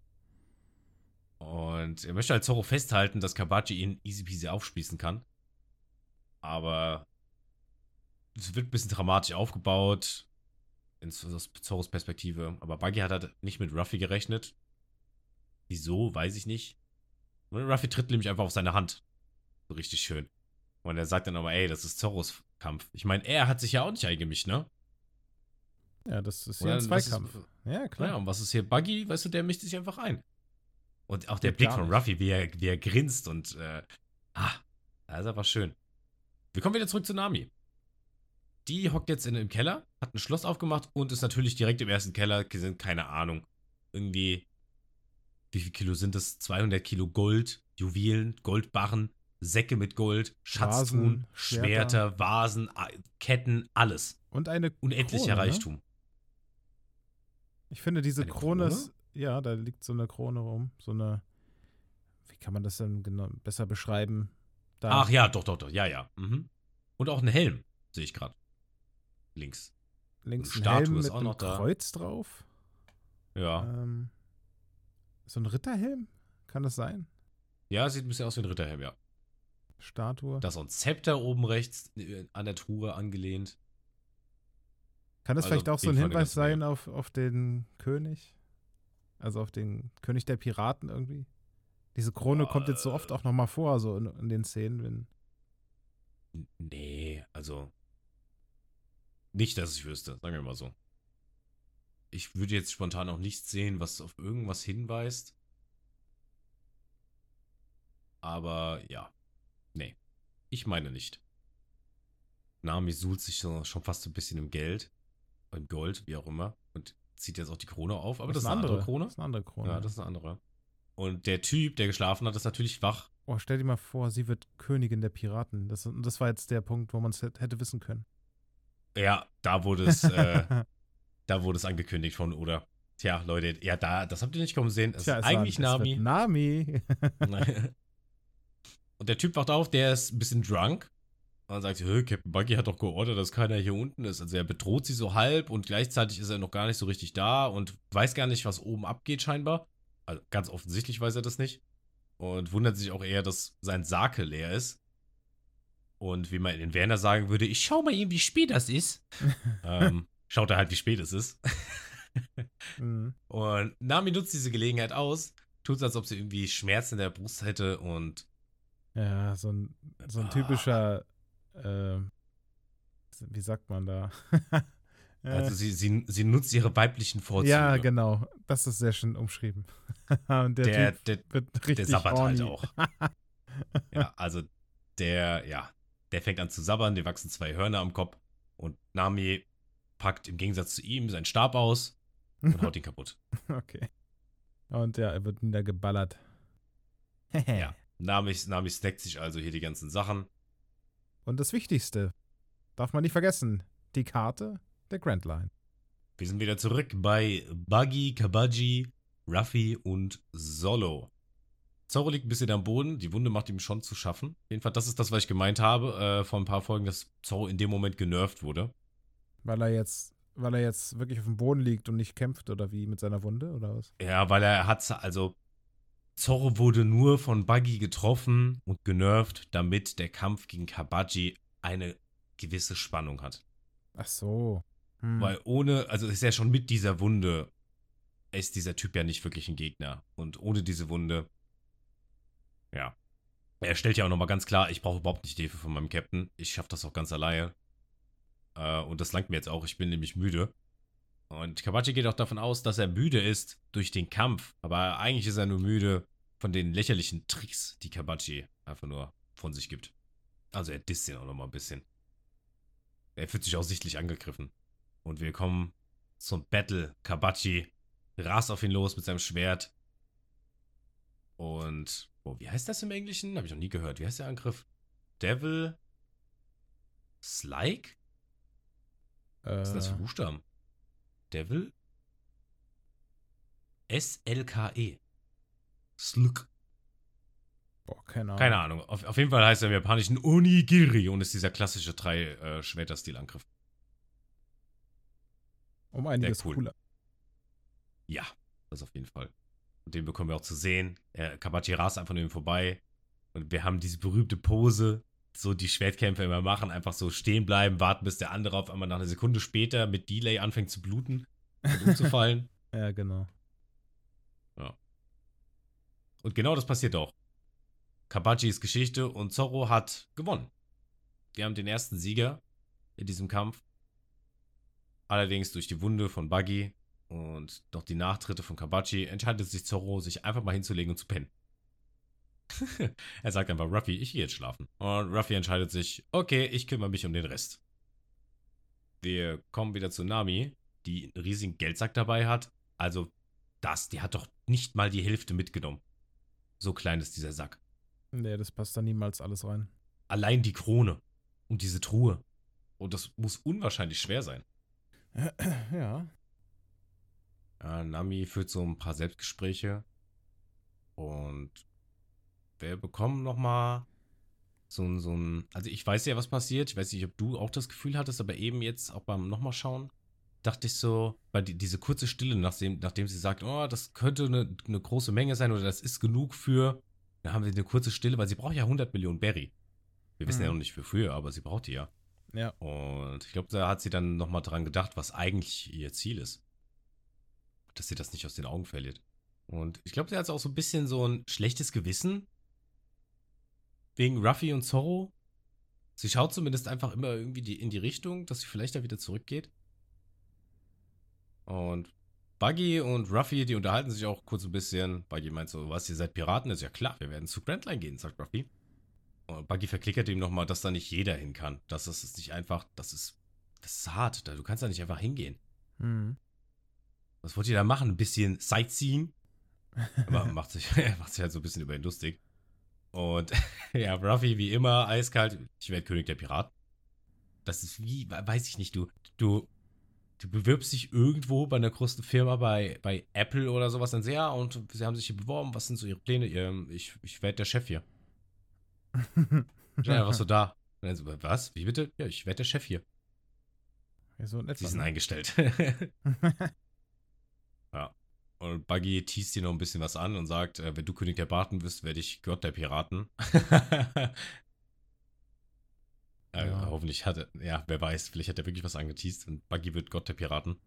B: Und er möchte halt Zoro festhalten, dass Kabaji ihn easy peasy aufspießen kann. Aber es wird ein bisschen dramatisch aufgebaut. Aus Zoros Perspektive. Aber Buggy hat halt nicht mit Ruffy gerechnet. Wieso, weiß ich nicht. Und Ruffy tritt nämlich einfach auf seine Hand. So richtig schön. Und er sagt dann aber, ey, das ist Zoros Kampf. Ich meine, er hat sich ja auch nicht eingemischt, ne?
C: Ja, das ist
B: Oder
C: ja ein
B: was
C: Zweikampf.
B: Ist,
C: Ja, klar.
B: ja, und was ist hier Buggy? Weißt du, der mischt sich einfach ein. Und auch der
C: Geht
B: Blick
C: gar
B: von
C: nicht.
B: Ruffy, wie er, wie er grinst und äh, ah, das ist einfach schön. Wir kommen wieder zurück zu Nami. Die hockt jetzt in, im Keller, hat ein Schloss aufgemacht und ist natürlich direkt im ersten Keller, sind keine Ahnung, irgendwie, wie viel Kilo sind das? zweihundert Kilo Gold, Juwelen, Goldbarren, Säcke mit Gold, Schatztruhen,
C: Vasen, Schwerter.
B: Schwerter, Vasen, A- Ketten, alles.
C: Und eine
B: Unendlicher
C: Krone, ne?
B: Reichtum.
C: Ich finde, diese
B: Eine
C: Krone,
B: Krone?
C: ist, ja, da liegt so eine Krone rum. So eine, wie kann man das denn genau besser beschreiben? Da,
B: Ach ja, doch, doch, doch, ja, ja. Mhm. Und auch ein Helm, sehe ich gerade. Links.
C: links
B: eine
C: ein
B: Statue
C: Helm
B: ist
C: mit
B: auch
C: einem
B: noch da.
C: Kreuz drauf.
B: Ja.
C: Ähm, so ein Ritterhelm? Kann das sein?
B: Ja, sieht ein bisschen aus wie ein Ritterhelm, ja.
C: Statue.
B: Da ist so ein Zepter oben rechts äh, an der Truhe angelehnt.
C: Kann das
B: Also
C: vielleicht auch
B: auf
C: so
B: jeden
C: ein
B: Fall eine
C: Hinweis
B: ganze Menge.
C: sein auf, auf den König? Also auf den König der Piraten irgendwie? Diese Krone
B: Boah,
C: kommt jetzt so oft
B: äh,
C: auch nochmal vor, so in, in den Szenen, wenn.
B: N- Nee, also nicht, dass ich wüsste, sagen wir mal so. Ich würde jetzt spontan auch nichts sehen, was auf irgendwas hinweist. Aber ja, nee, ich meine nicht. Nami suhlt sich so schon fast so ein bisschen im Geld, im Gold, wie auch immer, und zieht jetzt auch die Krone auf. Aber das, ist eine andere Krone.
C: Das ist eine andere Krone.
B: Ja, das ist eine andere. Und der Typ, der geschlafen hat, ist natürlich wach.
C: Oh, stell dir mal vor, sie wird Königin der Piraten. Das, das war jetzt der Punkt, wo man es hätte wissen können.
B: Ja, da wurde es, äh, da wurde es angekündigt von Oda. Tja, Leute, ja, da, das habt ihr nicht kommen sehen. Es
C: Tja,
B: ist
C: es
B: eigentlich
C: war, es
B: Nami.
C: wird Nami.
B: Und der Typ wacht auf, der ist ein bisschen drunk. Und sagt, hey, Captain Buggy hat doch geordert, dass keiner hier unten ist. Also er bedroht sie so halb und gleichzeitig ist er noch gar nicht so richtig da und weiß gar nicht, was oben abgeht scheinbar. Also ganz offensichtlich weiß er das nicht. Und wundert sich auch eher, dass sein Sake leer ist. Und wie man in Werner sagen würde, ich schau mal eben, wie spät das ist. ähm, schaut er halt, wie spät es ist.
C: Mhm.
B: Und Nami nutzt diese Gelegenheit aus, tut so, als ob sie irgendwie Schmerzen in der Brust hätte und
C: Ja, so ein, so ein typischer, äh, wie sagt man da?
B: also sie, sie, sie nutzt ihre weiblichen Vorzüge.
C: Ja, genau. Das ist sehr schön umschrieben. Und der,
B: Der,
C: Typ
B: der,
C: wird richtig
B: der sabbert halt
C: horny.
B: auch. Ja, also der, ja, der fängt an zu sabbern, dir wachsen zwei Hörner am Kopf und Nami packt im Gegensatz zu ihm seinen Stab aus und haut ihn kaputt.
C: Okay. Und ja, er wird niedergeballert.
B: Ja, Nami, Nami snackt sich also hier die ganzen Sachen.
C: Und das Wichtigste, darf man nicht vergessen, die Karte der Grand Line.
B: Wir sind wieder zurück bei Buggy, Kabaji, Ruffy und Solo. Zoro liegt ein bisschen am Boden, die Wunde macht ihm schon zu schaffen. Jedenfalls, das ist das, was ich gemeint habe, äh, vor ein paar Folgen, dass Zoro in dem Moment genervt wurde.
C: Weil er jetzt, weil er jetzt wirklich auf dem Boden liegt und nicht kämpft oder wie mit seiner Wunde oder was?
B: Ja, weil er hat, also Zoro wurde nur von Buggy getroffen und genervt, damit der Kampf gegen Kabaji eine gewisse Spannung hat.
C: Ach so. Hm.
B: Weil ohne, also ist ja schon mit dieser Wunde, ist dieser Typ ja nicht wirklich ein Gegner. Und ohne diese Wunde, ja. Er stellt ja auch nochmal ganz klar, ich brauche überhaupt nicht die Hilfe von meinem Captain. Ich schaffe das auch ganz alleine. Äh, und das langt mir jetzt auch, ich bin nämlich müde. Und Kabaji geht auch davon aus, dass er müde ist durch den Kampf. Aber eigentlich ist er nur müde von den lächerlichen Tricks, die Kabaji einfach nur von sich gibt. Also er disst ihn auch nochmal ein bisschen. Er fühlt sich auch sichtlich angegriffen. Und wir kommen zum Battle. Kabaji rast auf ihn los mit seinem Schwert. Und, oh, wie heißt das im Englischen? Habe ich noch nie gehört. Wie heißt der Angriff? Devil Slike?
C: Äh,
B: Was sind das für Buchstaben? Devil? S L K E. Sluk.
C: boah, keine Ahnung.
B: Keine Ahnung. Auf, auf jeden Fall heißt er im Japanischen Onigiri und ist dieser klassische drei-Schwerter-Stil-Angriff.
C: Um einiges
B: Sehr cool.
C: cooler.
B: Ja, das auf jeden Fall. Und den bekommen wir auch zu sehen. Er, Kabaji rast einfach nur ihm vorbei. Und wir haben diese berühmte Pose, so die Schwertkämpfer immer machen, einfach so stehen bleiben, warten, bis der andere auf einmal nach einer Sekunde später mit Delay anfängt zu bluten und umzufallen.
C: Ja, genau.
B: Ja. Und genau das passiert auch. Kabaji ist Geschichte und Zoro hat gewonnen. Wir haben den ersten Sieger in diesem Kampf. Allerdings durch die Wunde von Buggy und noch die Nachtritte von Kabaji entscheidet sich Zoro, sich einfach mal hinzulegen und zu pennen. Er sagt einfach, Ruffy, ich gehe jetzt schlafen. Und Ruffy entscheidet sich, okay, ich kümmere mich um den Rest. Wir kommen wieder zu Nami, die einen riesigen Geldsack dabei hat. Also das, die hat doch nicht mal die Hälfte mitgenommen. So klein ist dieser Sack.
C: Nee, das passt da niemals alles rein.
B: Allein die Krone und diese Truhe. Und das muss unwahrscheinlich schwer sein.
C: Ja.
B: Ja, Nami führt so ein paar Selbstgespräche. Und wir bekommen nochmal so ein, so ein. Also, ich weiß ja, was passiert. Ich weiß nicht, ob du auch das Gefühl hattest, aber eben jetzt auch beim nochmal schauen, dachte ich so, weil die, diese kurze Stille, nachdem, nachdem sie sagt, oh, das könnte eine, eine große Menge sein oder das ist genug für, dann haben wir eine kurze Stille, weil sie braucht ja hundert Millionen Berry. Wir wissen
C: Mhm.
B: ja noch nicht für früher, aber sie braucht die ja.
C: Ja.
B: Und ich glaube, da hat sie dann nochmal dran gedacht, was eigentlich ihr Ziel ist. Dass sie das nicht aus den Augen verliert. Und ich glaube, sie hat auch so ein bisschen so ein schlechtes Gewissen. Wegen Ruffy und Zorro. Sie schaut zumindest einfach immer irgendwie die, in die Richtung, dass sie vielleicht da wieder zurückgeht. Und Buggy und Ruffy, die unterhalten sich auch kurz ein bisschen. Buggy meint so, was, ihr seid Piraten? Ist ja klar, wir werden zu Grand Line gehen, sagt Ruffy. Und Buggy verklickert ihm nochmal, dass da nicht jeder hin kann. Dass das ist nicht einfach, das ist, das ist hart. Du kannst da nicht einfach hingehen.
C: Mhm.
B: Was wollt ihr da machen? Ein bisschen Sightseeing? Aber macht sich, macht sich halt so ein bisschen über ihn lustig. Und ja, Ruffy wie immer, eiskalt. Ich werde König der Piraten. Das ist wie, weiß ich nicht, du, du, du bewirbst dich irgendwo bei einer großen Firma, bei, bei Apple oder sowas, dann so, ja, und sie haben sich hier beworben, was sind so ihre Pläne? Ähm, Ich, ich werde der Chef hier. Ja, was so da. Und dann so, was? Wie bitte? Ja, ich werde der Chef hier.
C: Ja, so in etwa,
B: Sie sind
C: ne?
B: eingestellt. Ja. Und Buggy teast dir noch ein bisschen was an und sagt, äh, wenn du König der Piraten bist, werde ich Gott der Piraten. äh,
C: Ja.
B: Hoffentlich hat er, ja, wer weiß, vielleicht hat er wirklich was angeteast und Buggy wird Gott der Piraten.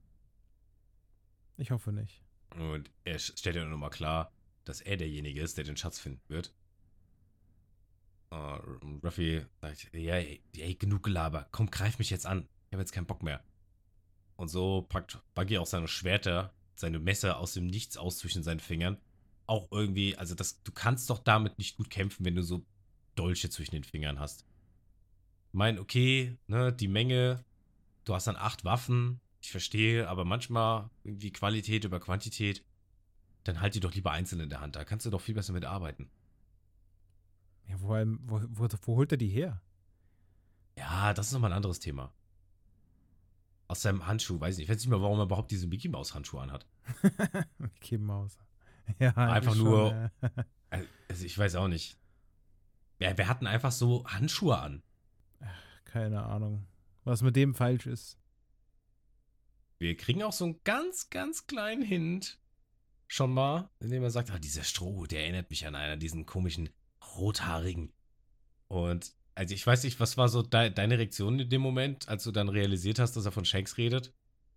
C: Ich hoffe nicht.
B: Und er stellt ja nochmal klar, dass er derjenige ist, der den Schatz finden wird. Uh, Ruffy sagt, ja, ey, ey, genug Gelaber, komm, greif mich jetzt an. Ich habe jetzt keinen Bock mehr. Und so packt Buggy auch seine Schwerter, seine Messer aus dem Nichts aus zwischen seinen Fingern. Auch irgendwie, also das, du kannst doch damit nicht gut kämpfen, wenn du so Dolche zwischen den Fingern hast. Ich meine, okay, ne, die Menge, du hast dann acht Waffen, ich verstehe, aber manchmal irgendwie Qualität über Quantität, dann halt die doch lieber einzeln in der Hand, da kannst du doch viel besser mit arbeiten.
C: Ja, wo, wo, wo, wo holt er die her?
B: Ja, das ist nochmal ein anderes Thema. Aus seinem Handschuh, weiß ich nicht. Ich weiß nicht mehr, warum er überhaupt diese Mickey Maus Handschuhe anhat.
C: Mickey Maus. Ja,
B: Einfach
C: schon,
B: nur-
C: äh,
B: Also ich weiß auch nicht. Ja, wir hatten einfach so Handschuhe an.
C: keine Ahnung, was mit dem falsch ist.
B: Wir kriegen auch so einen ganz, ganz kleinen Hint schon mal, indem er sagt, ah, dieser Stroh, der erinnert mich an einer, diesen komischen Rothaarigen. Und also ich weiß nicht, was war so de- deine Reaktion in dem Moment, als du dann realisiert hast, dass er von Shanks redet?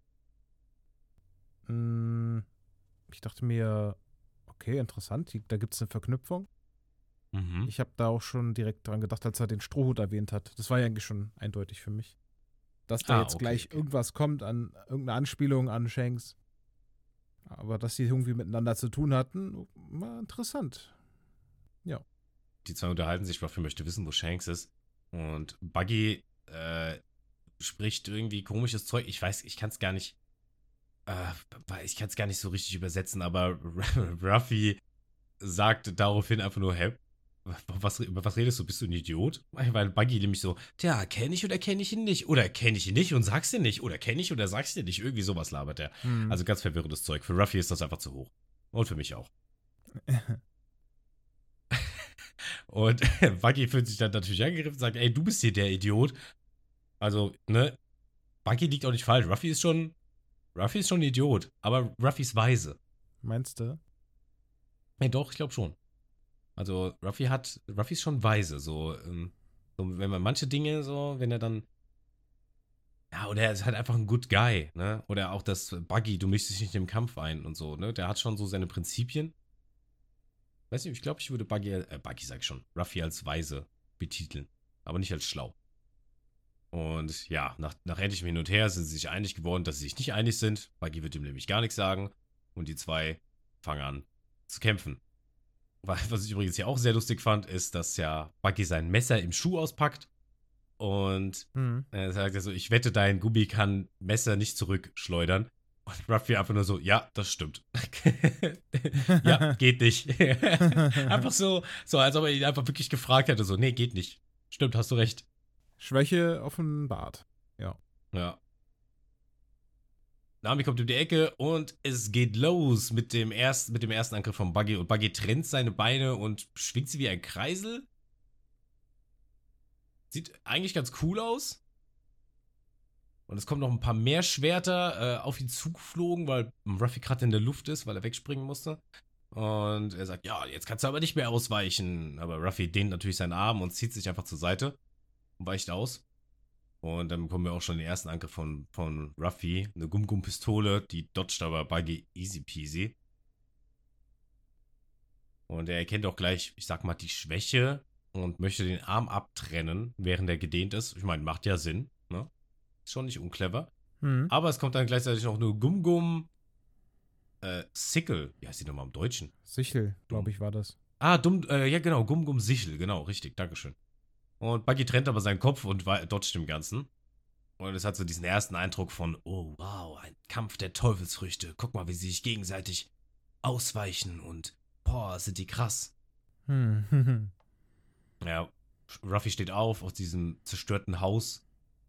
C: Mm, Ich dachte mir, okay, interessant, die- da gibt es eine Verknüpfung.
B: Mhm.
C: Ich habe da auch schon direkt dran gedacht, als er den Strohhut erwähnt hat. Das war ja eigentlich schon eindeutig für mich. Dass da
B: Ah,
C: jetzt
B: okay,
C: gleich
B: okay.
C: irgendwas kommt an irgendeine Anspielung an Shanks. Aber dass sie irgendwie miteinander zu tun hatten, war interessant.
B: Die zwei unterhalten sich, Ruffy möchte wissen, wo Shanks ist. Und Buggy äh, spricht irgendwie komisches Zeug. Ich weiß, ich kann es gar nicht, äh, ich kann es gar nicht so richtig übersetzen, aber Ruffy sagt daraufhin einfach nur, hä, was, über was redest du? Bist du ein Idiot? Weil Buggy nämlich so, tja, kenne ich oder kenne ich ihn nicht? Oder kenne ich ihn nicht und sag's dir nicht? Oder kenne ich oder sag's dir nicht? Irgendwie sowas labert er.
C: Hm.
B: Also ganz verwirrendes Zeug. Für Ruffy ist das einfach zu hoch. Und für mich auch. Und Buggy fühlt sich dann natürlich angegriffen und sagt, ey, du bist hier der Idiot. Also, ne, Buggy liegt auch nicht falsch. Ruffy ist schon, Ruffy ist schon ein Idiot. Aber Ruffy ist weise.
C: Meinst du?
B: Ja, doch, ich glaube schon. Also, Ruffy hat, Ruffy ist schon weise. So, ähm, so, wenn man manche Dinge so, wenn er dann, ja, oder er ist halt einfach ein good guy, ne? Oder auch das Buggy, du mischst dich nicht im Kampf ein und so, ne? Der hat schon so seine Prinzipien. Weiß nicht, ich glaube, ich würde Buggy, äh, Buggy sag ich schon, Ruffy als weise betiteln, aber nicht als schlau. Und ja, nach, nach endlichem Hin und Her sind sie sich einig geworden, dass sie sich nicht einig sind. Buggy wird ihm nämlich gar nichts sagen. Und die zwei fangen an zu kämpfen. Was ich übrigens hier auch sehr lustig fand, ist, dass ja Buggy sein Messer im Schuh auspackt. Und
C: Hm.
B: er sagt ja so, ich wette, dein Gummi kann Messer nicht zurückschleudern. Und Ruffy einfach nur so, ja, das stimmt. Ja, geht nicht. Einfach so, so, als ob er ihn einfach wirklich gefragt hätte, so, nee, geht nicht. Stimmt, hast du recht.
C: Schwäche offenbart.
B: Ja. Nami kommt um die Ecke und es geht los mit dem, erst, mit dem ersten Angriff von Buggy. Und Buggy trennt seine Beine und schwingt sie wie ein Kreisel. Sieht eigentlich ganz cool aus. Und es kommen noch ein paar mehr Schwerter äh, auf ihn zugeflogen, weil Ruffy gerade in der Luft ist, weil er wegspringen musste. Und er sagt, ja, jetzt kannst du aber nicht mehr ausweichen. Aber Ruffy dehnt natürlich seinen Arm und zieht sich einfach zur Seite und weicht aus. Und dann bekommen wir auch schon den ersten Angriff von, von Ruffy. Eine Gum-Gum-Pistole, die dodgt aber Buggy easy peasy. Und er erkennt auch gleich, ich sag mal, die Schwäche und möchte den Arm abtrennen, während er gedehnt ist. Ich meine, macht ja Sinn, ne? Ist schon nicht unclever.
C: Mhm.
B: Aber es kommt dann gleichzeitig noch eine Gum-Gum äh, Sickle. Wie heißt die nochmal im Deutschen?
C: Sichel, glaube ich, war das.
B: Ah, dumm, äh, ja genau, Gum-Gum Sichel, genau, richtig, dankeschön. Und Buggy trennt aber seinen Kopf und dodgt dem Ganzen. Und es hat so diesen ersten Eindruck von, oh wow, ein Kampf der Teufelsfrüchte. Guck mal, wie sie sich gegenseitig ausweichen und boah, sind die krass.
C: Hm.
B: Ja, Ruffy steht auf aus diesem zerstörten Haus.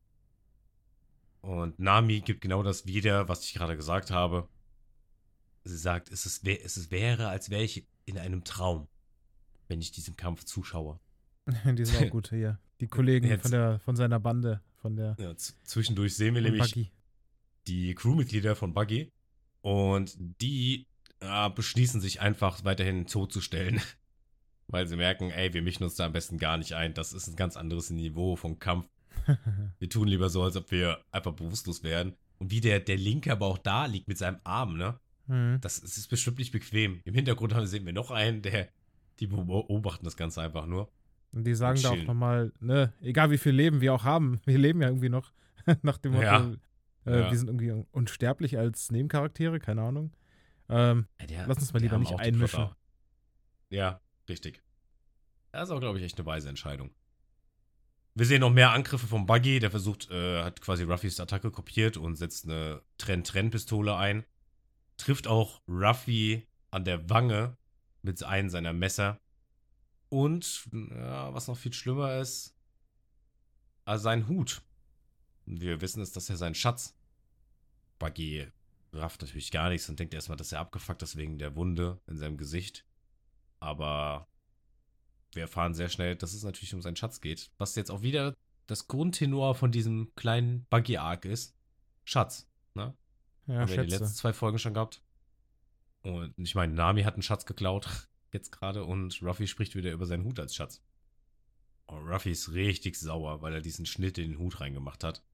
B: Und Nami gibt genau das wieder, was ich gerade gesagt habe. Sie sagt, es, ist, es wäre, als wäre ich in einem Traum, wenn ich diesem Kampf zuschaue.
C: Die sind auch gut hier. Die Kollegen
B: Jetzt,
C: von, der, von seiner Bande, von der
B: ja, zwischendurch sehen wir
C: von
B: nämlich
C: Buggy.
B: die Crewmitglieder von Buggy. Und die äh, beschließen sich einfach weiterhin totzustellen. Weil sie merken, ey, wir mischen uns da am besten gar nicht ein. Das ist ein ganz anderes Niveau vom Kampf. Wir tun lieber so, als ob wir einfach bewusstlos wären. Und wie der, der Linke aber auch da liegt mit seinem Arm, ne?
C: Mhm.
B: Das, das ist bestimmt nicht bequem. Im Hintergrund haben, sehen wir noch einen, der, die beobachten das Ganze einfach nur.
C: Und die sagen
B: Und
C: da auch
B: chillen.
C: nochmal, ne, egal wie viel Leben wir auch haben, wir leben ja irgendwie noch. Nach dem Motto,
B: Ja.
C: äh,
B: Ja.
C: wir sind irgendwie unsterblich als Nebencharaktere, keine Ahnung. Ähm,
B: Ja, der,
C: lass uns mal
B: die
C: lieber
B: haben
C: nicht
B: auch die
C: einmischen.
B: Plotter. Ja, richtig. Das ist auch, glaube ich, echt eine weise Entscheidung. Wir sehen noch mehr Angriffe vom Buggy. Der versucht, äh, hat quasi Ruffys Attacke kopiert und setzt eine Trenn-Trenn-Pistole ein. Trifft auch Ruffy an der Wange mit einem seiner Messer. Und, ja, was noch viel schlimmer ist, äh, sein Hut. Und wir wissen es, dass er sein Schatz. Buggy rafft natürlich gar nichts und denkt erstmal, dass er abgefuckt ist wegen der Wunde in seinem Gesicht. Aber wir erfahren sehr schnell, dass es natürlich um seinen Schatz geht. Was jetzt auch wieder das Grundtenor von diesem kleinen Buggy-Arc ist. Schatz, ne?
C: Ja,
B: Haben wir in den
C: schätze.
B: letzten zwei Folgen schon gehabt. Und ich meine, Nami hat einen Schatz geklaut, jetzt gerade, und Ruffy spricht wieder über seinen Hut als Schatz. Und Ruffy ist richtig sauer, weil er diesen Schnitt in den Hut reingemacht hat.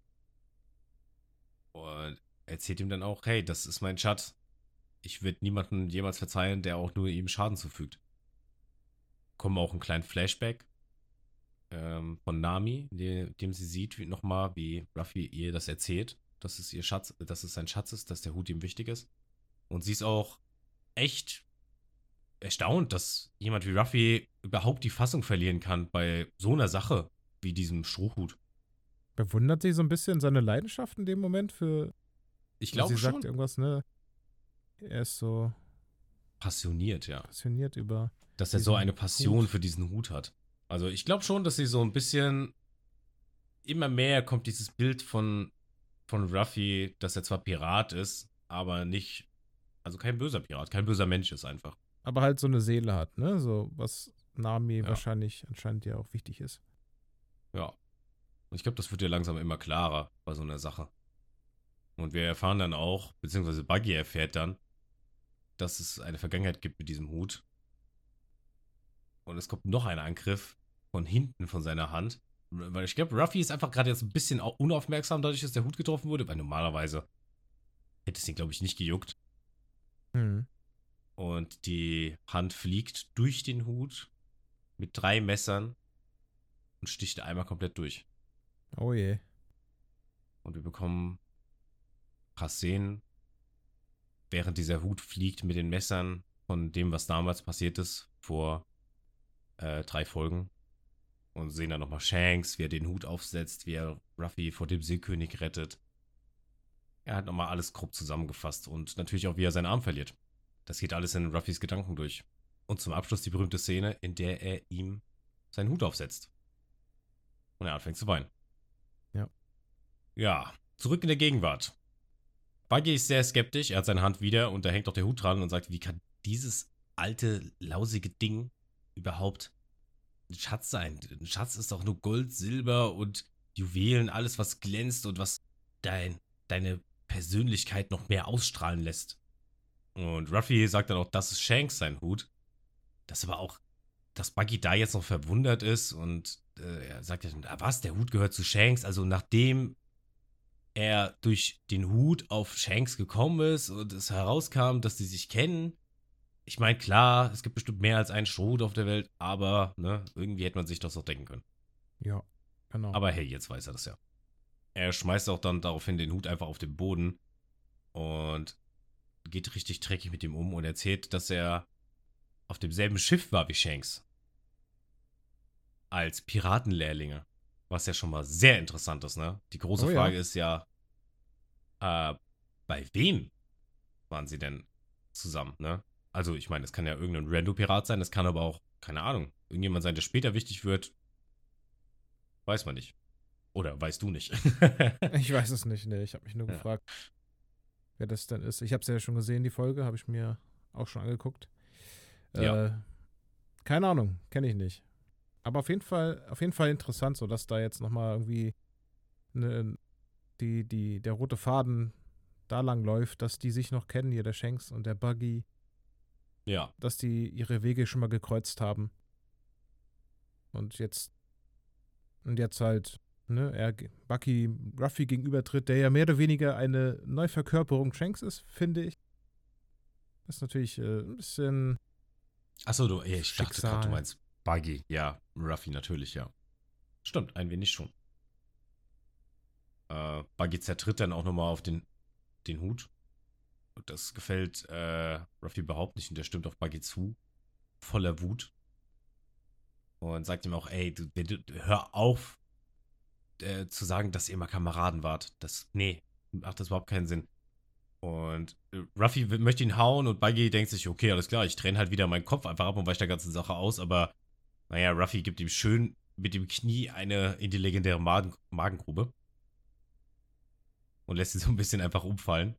B: Und erzählt ihm dann auch, hey, das ist mein Schatz. Ich würde niemanden jemals verzeihen, der auch nur ihm Schaden zufügt. Kommen auch einen kleinen Flashback ähm, von Nami, in dem sie sieht, wie, nochmal, wie Ruffy ihr das erzählt, dass es ihr Schatz, dass es sein Schatz ist, dass der Hut ihm wichtig ist. Und sie ist auch echt erstaunt, dass jemand wie Ruffy überhaupt die Fassung verlieren kann bei so einer Sache wie diesem Strohhut.
C: Bewundert sie so ein bisschen seine Leidenschaft in dem Moment für.
B: Ich glaube
C: sie
B: schon.
C: sagt irgendwas, ne? Er ist so
B: Passioniert, ja.
C: passioniert über.
B: Dass er so
C: diesen
B: eine Passion
C: Hut.
B: für diesen Hut hat. Also ich glaube schon, dass sie so ein bisschen immer mehr kommt dieses Bild von, von Ruffy, dass er zwar Pirat ist, aber nicht, also kein böser Pirat, kein böser Mensch ist einfach.
C: Aber halt so eine Seele hat, ne? So, was Nami
B: Ja.
C: wahrscheinlich anscheinend ja auch wichtig ist.
B: Ja. Und ich glaube, das wird ja langsam immer klarer bei so einer Sache. Und wir erfahren dann auch, beziehungsweise Buggy erfährt dann, dass es eine Vergangenheit gibt mit diesem Hut. Und es kommt noch ein Angriff von hinten von seiner Hand. Weil ich glaube, Ruffy ist einfach gerade jetzt ein bisschen au- unaufmerksam, dadurch, dass der Hut getroffen wurde. Weil normalerweise hätte es ihn, glaube ich, nicht gejuckt.
C: Hm.
B: Und die Hand fliegt durch den Hut mit drei Messern und sticht einmal komplett durch.
C: Oh je.
B: Und wir bekommen ein paar Szenen, während dieser Hut fliegt mit den Messern von dem, was damals passiert ist, vor äh, drei Folgen. Und sehen dann nochmal Shanks, wie er den Hut aufsetzt, wie er Ruffy vor dem Seekönig rettet. Er hat nochmal alles grob zusammengefasst und natürlich auch, wie er seinen Arm verliert. Das geht alles in Ruffys Gedanken durch. Und zum Abschluss die berühmte Szene, in der er ihm seinen Hut aufsetzt. Und er anfängt zu weinen.
C: Ja.
B: Ja, zurück in der Gegenwart. Buggy ist sehr skeptisch, er hat seine Hand wieder und da hängt auch der Hut dran und sagt, wie kann dieses alte, lausige Ding überhaupt ein Schatz sein? Ein Schatz ist doch nur Gold, Silber und Juwelen, alles was glänzt und was dein, deine Persönlichkeit noch mehr ausstrahlen lässt. Und Ruffy sagt dann auch, das ist Shanks sein Hut. Das aber auch, dass Buggy da jetzt noch verwundert ist und äh, er sagt ja, ah, was, der Hut gehört zu Shanks. Also nachdem er durch den Hut auf Shanks gekommen ist und es herauskam, dass die sich kennen. Ich meine, klar, es gibt bestimmt mehr als einen Strohhut auf der Welt, aber ne, irgendwie hätte man sich das auch denken können.
C: Ja, genau.
B: Aber hey, jetzt weiß er das ja. Er schmeißt auch dann daraufhin den Hut einfach auf den Boden und geht richtig dreckig mit ihm um und erzählt, dass er auf demselben Schiff war wie Shanks. Als Piratenlehrlinge. Was ja schon mal sehr interessant ist, ne? Die große
C: Oh ja.
B: Frage ist ja, äh, bei wem waren sie denn zusammen, ne? Also, ich meine, es kann ja irgendein Rando-Pirat sein, es kann aber auch, keine Ahnung, irgendjemand sein, der später wichtig wird. Weiß man nicht. Oder weißt du nicht?
C: Ich weiß es nicht, ne. Ich habe mich nur
B: Ja.
C: gefragt, wer das denn ist. Ich habe es ja schon gesehen, die Folge, habe ich mir auch schon angeguckt.
B: Ja.
C: Äh, keine Ahnung, kenne ich nicht. Aber auf jeden Fall, auf jeden Fall interessant, so dass da jetzt nochmal irgendwie ne, die, die, der rote Faden da lang läuft, dass die sich noch kennen, hier der Shanks und der Buggy,
B: Ja.
C: dass die ihre Wege schon mal gekreuzt haben. Und jetzt, und jetzt halt, ne, er Buggy Ruffy gegenübertritt, der ja mehr oder weniger eine Neuverkörperung Shanks ist, finde ich. Das ist natürlich äh, ein bisschen
B: Achso, du, ja, ich dachte
C: Schicksal.
B: gerade, du meinst Buggy. Ja, Ruffy natürlich, ja. Stimmt, ein wenig schon. Äh, Buggy zertritt dann auch nochmal auf den, den Hut. Und das gefällt äh, Ruffy überhaupt nicht und der stimmt auf Buggy zu. Voller Wut. Und sagt ihm auch, ey, du, du, hör auf äh, zu sagen, dass ihr mal Kameraden wart. Das, nee, macht das überhaupt keinen Sinn. Und äh, Ruffy will- möchte ihn hauen und Buggy denkt sich, okay, alles klar, ich trenne halt wieder meinen Kopf einfach ab und weiche der ganzen Sache aus, aber naja, Ruffy gibt ihm schön mit dem Knie eine in die legendäre Magen Magengrube und lässt ihn so ein bisschen einfach umfallen.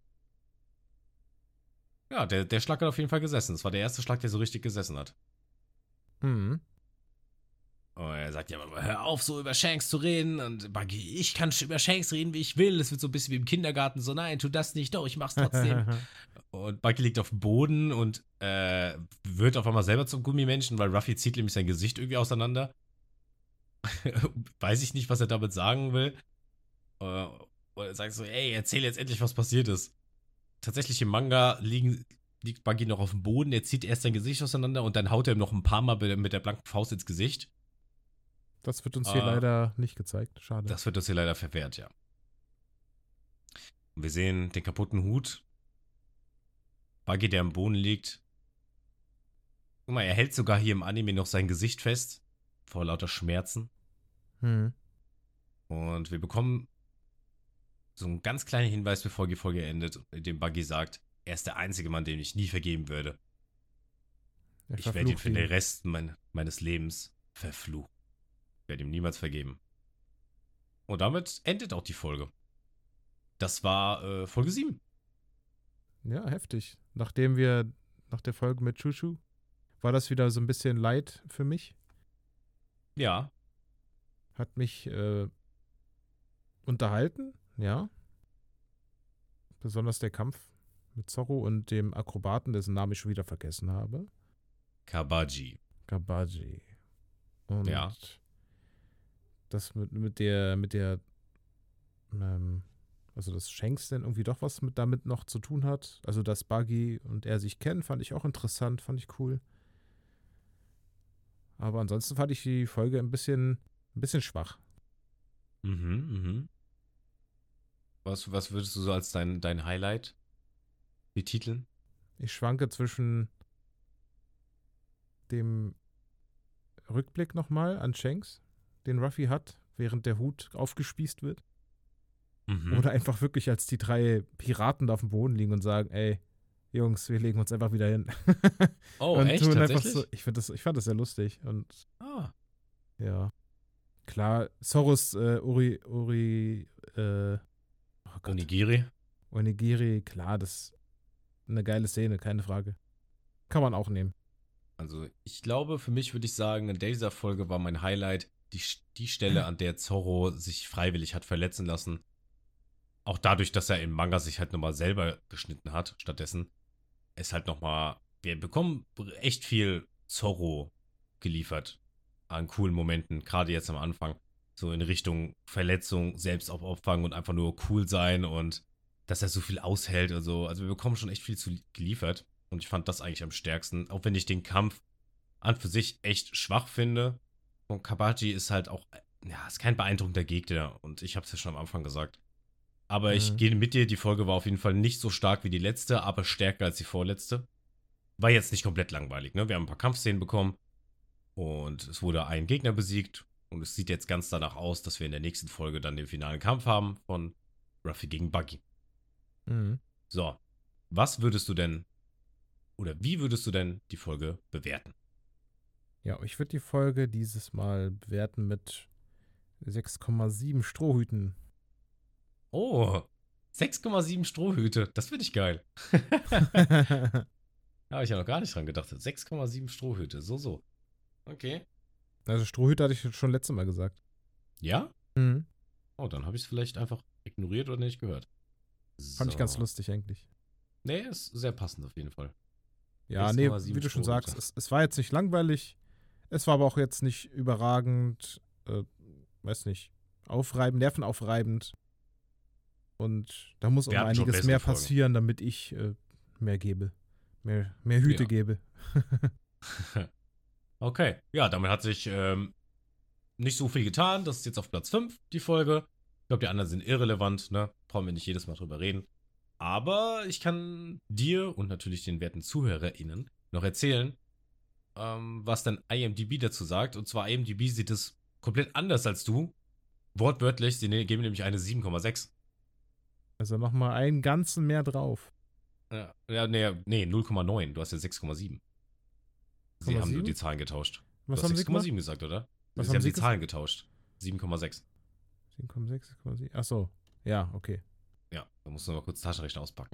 B: Ja, der, der Schlag hat auf jeden Fall gesessen. Das war der erste Schlag, der so richtig gesessen hat.
C: Mhm.
B: Und er sagt ja, aber hör auf, so über Shanks zu reden. Und Buggy, ich kann über Shanks reden, wie ich will. Es wird so ein bisschen wie im Kindergarten. So, nein, tu das nicht. Doch, ich mach's trotzdem. Und Buggy liegt auf dem Boden und äh, wird auf einmal selber zum Gummimenschen, weil Ruffy zieht nämlich sein Gesicht irgendwie auseinander. Weiß ich nicht, was er damit sagen will. Äh, und er sagt so, ey, erzähl jetzt endlich, was passiert ist. Tatsächlich im Manga liegen, liegt Buggy noch auf dem Boden. Er zieht erst sein Gesicht auseinander und dann haut er ihm noch ein paar Mal mit der blanken Faust ins Gesicht.
C: Das wird uns hier
B: Ah.
C: leider nicht gezeigt. Schade.
B: Das wird uns hier leider verwehrt, ja. Und wir sehen den kaputten Hut. Buggy, der am Boden liegt. Guck mal, er hält sogar hier im Anime noch sein Gesicht fest. Vor lauter Schmerzen.
C: Mhm.
B: Und wir bekommen so einen ganz kleinen Hinweis, bevor die Folge endet, in dem Buggy sagt, er ist der einzige Mann, dem ich nie vergeben würde.
C: Er
B: Ich werde ihn
C: verflucht
B: für den Rest mein, meines Lebens verfluchen. Ich werde ihm niemals vergeben. Und damit endet auch die Folge. Das war äh, Folge sieben.
C: Ja, heftig. Nachdem wir, nach der Folge mit Chushu, war das wieder so ein bisschen Leid für mich.
B: Ja,
C: Hat mich äh, unterhalten, ja. Besonders der Kampf mit Zorro und dem Akrobaten, dessen Namen ich schon wieder vergessen habe.
B: Kabaji.
C: Kabaji. Und
B: Ja.
C: das mit, mit der, mit der, ähm, also dass Shanks denn irgendwie doch was mit damit noch zu tun hat. Also dass Buggy und er sich kennen, fand ich auch interessant, fand ich cool. Aber ansonsten fand ich die Folge ein bisschen, ein bisschen schwach.
B: Mhm, mhm. Was, was würdest du so als dein, dein Highlight betiteln?
C: Ich schwanke zwischen dem Rückblick nochmal an Shanks, den Ruffy hat, während der Hut aufgespießt wird.
B: Mhm.
C: Oder einfach wirklich, als die drei Piraten da auf dem Boden liegen und sagen, ey, Jungs, wir legen uns einfach wieder hin.
B: Oh,
C: und
B: echt?
C: tun einfach
B: Tatsächlich?
C: so, ich, find das, ich fand das sehr lustig. Und
B: Ah.
C: ja, klar, Zorros äh, Uri, Uri, äh, oh Gott,
B: Onigiri?
C: Onigiri, klar, das ist eine geile Szene, keine Frage. Kann man auch nehmen.
B: Also, ich glaube, für mich würde ich sagen, in dieser Folge war mein Highlight die, die Stelle, an der Zorro sich freiwillig hat verletzen lassen. auch dadurch, dass er im Manga sich halt nochmal selber geschnitten hat, stattdessen ist halt nochmal, wir bekommen echt viel Zorro geliefert an coolen Momenten, gerade jetzt am Anfang, so in Richtung Verletzung, Selbstaufopfern und einfach nur cool sein und dass er so viel aushält und so. Also wir bekommen schon echt viel zu geliefert und ich fand das eigentlich am stärksten, auch wenn ich den Kampf an für sich echt schwach finde. Und Kabaji ist halt auch, ja, ist kein beeindruckender Gegner und ich habe es ja schon am Anfang gesagt. Aber mhm. ich gehe mit dir, die Folge war auf jeden Fall nicht so stark wie die letzte, aber stärker als die vorletzte. War jetzt nicht komplett langweilig, ne? Wir haben ein paar Kampfszenen bekommen und es wurde ein Gegner besiegt und es sieht jetzt ganz danach aus, dass wir in der nächsten Folge dann den finalen Kampf haben von Ruffy gegen Buggy.
C: Mhm.
B: So, was würdest du denn oder wie würdest du denn die Folge bewerten?
C: Ja, ich würde die Folge dieses Mal bewerten mit sechs Komma sieben Strohhüten.
B: Oh, sechs Komma sieben Strohhüte, das finde ich geil. Da habe ich ja noch gar nicht dran gedacht. sechs Komma sieben Strohhüte, so, so. Okay.
C: Also Strohhüte hatte ich schon letztes Mal gesagt.
B: Ja?
C: Mhm.
B: Oh, dann habe ich es vielleicht einfach ignoriert oder nicht gehört. So.
C: Fand ich ganz lustig eigentlich.
B: Nee, ist sehr passend auf jeden Fall.
C: Ja, nee, wie du schon sagst, es, es war jetzt nicht langweilig. Es war aber auch jetzt nicht überragend, äh, weiß nicht, aufreibend, nervenaufreibend. Und da muss auch noch einiges mehr passieren, damit ich äh, mehr gebe. Mehr, mehr Hüte
B: ja.
C: gebe.
B: Okay, ja, damit hat sich ähm, nicht so viel getan. Das ist jetzt auf Platz fünf, die Folge. Ich glaube, die anderen sind irrelevant, ne? Brauchen wir nicht jedes Mal drüber reden. Aber ich kann dir und natürlich den werten ZuhörerInnen noch erzählen, ähm, was dann I M D B dazu sagt. Und zwar I M D B sieht es komplett anders als du. Wortwörtlich, sie ne- geben nämlich eine sieben Komma sechs.
C: Also nochmal einen ganzen mehr drauf.
B: Ja, ja nee, nee, null Komma neun. Du hast ja sechs Komma sieben. Sie haben nur die Zahlen getauscht.
C: Was
B: du hast
C: haben
B: sechs Komma sieben
C: Sie
B: gesagt, oder?
C: Was
B: Sie
C: haben
B: haben
C: Sie
B: die Zahlen getauscht. sieben Komma sechs.
C: sieben Komma sechs, sechs Komma sieben. Achso, ja, okay.
B: Ja, da musst du mal kurz Taschenrechner auspacken.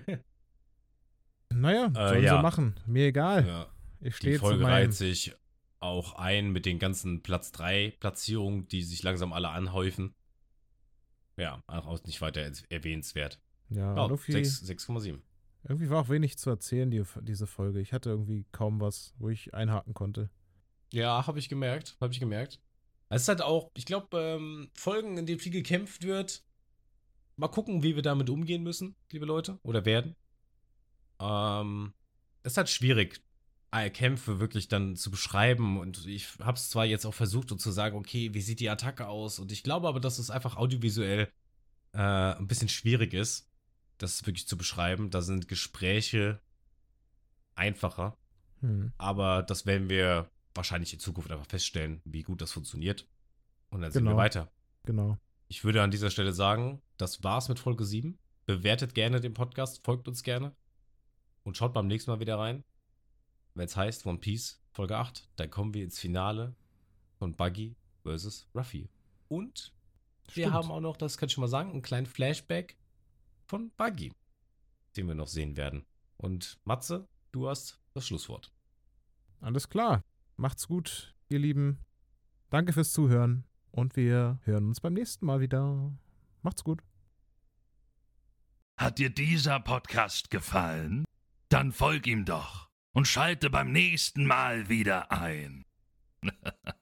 C: Naja,
B: äh,
C: sollen
B: ja.
C: sie machen. Mir egal.
B: Ja.
C: Ich stehe
B: Die
C: zu
B: Folge
C: meinem...
B: reiht sich auch ein mit den ganzen Platz drei Platzierungen, die sich langsam alle anhäufen. Ja, auch nicht weiter erwähnenswert.
C: Ja,
B: oh,
C: irgendwie,
B: sechs Komma sieben.
C: Irgendwie war auch wenig zu erzählen, die, diese Folge. Ich hatte irgendwie kaum was, wo ich einhaken konnte.
B: Ja, habe ich gemerkt. Habe ich gemerkt. Es ist halt auch, ich glaube, ähm, Folgen, in denen viel gekämpft wird. Mal gucken, wie wir damit umgehen müssen, liebe Leute. Oder werden. Ähm, es ist halt schwierig, Kämpfe wirklich dann zu beschreiben. Und ich habe es zwar jetzt auch versucht, um zu sagen, okay, wie sieht die Attacke aus? Und ich glaube aber, dass es einfach audiovisuell äh, ein bisschen schwierig ist, das wirklich zu beschreiben. Da sind Gespräche einfacher.
C: Hm.
B: Aber das werden wir wahrscheinlich in Zukunft einfach feststellen, wie gut das funktioniert. Und dann
C: Genau.
B: sehen wir weiter.
C: Genau.
B: Ich würde an dieser Stelle sagen, das war's mit Folge sieben. Bewertet gerne den Podcast, folgt uns gerne. Und schaut beim nächsten Mal wieder rein. Wenn es heißt One Piece Folge acht, dann kommen wir ins Finale von Buggy versus Ruffy. Und wir
C: Stimmt.
B: haben auch noch, das kann ich schon mal sagen, einen kleinen Flashback von Buggy, den wir noch sehen werden. Und Matze, du hast das Schlusswort.
C: Alles klar. Macht's gut, ihr Lieben. Danke fürs Zuhören. Und wir hören uns beim nächsten Mal wieder. Macht's gut.
A: Hat dir dieser Podcast gefallen? Dann folg ihm doch und schalte beim nächsten Mal wieder ein.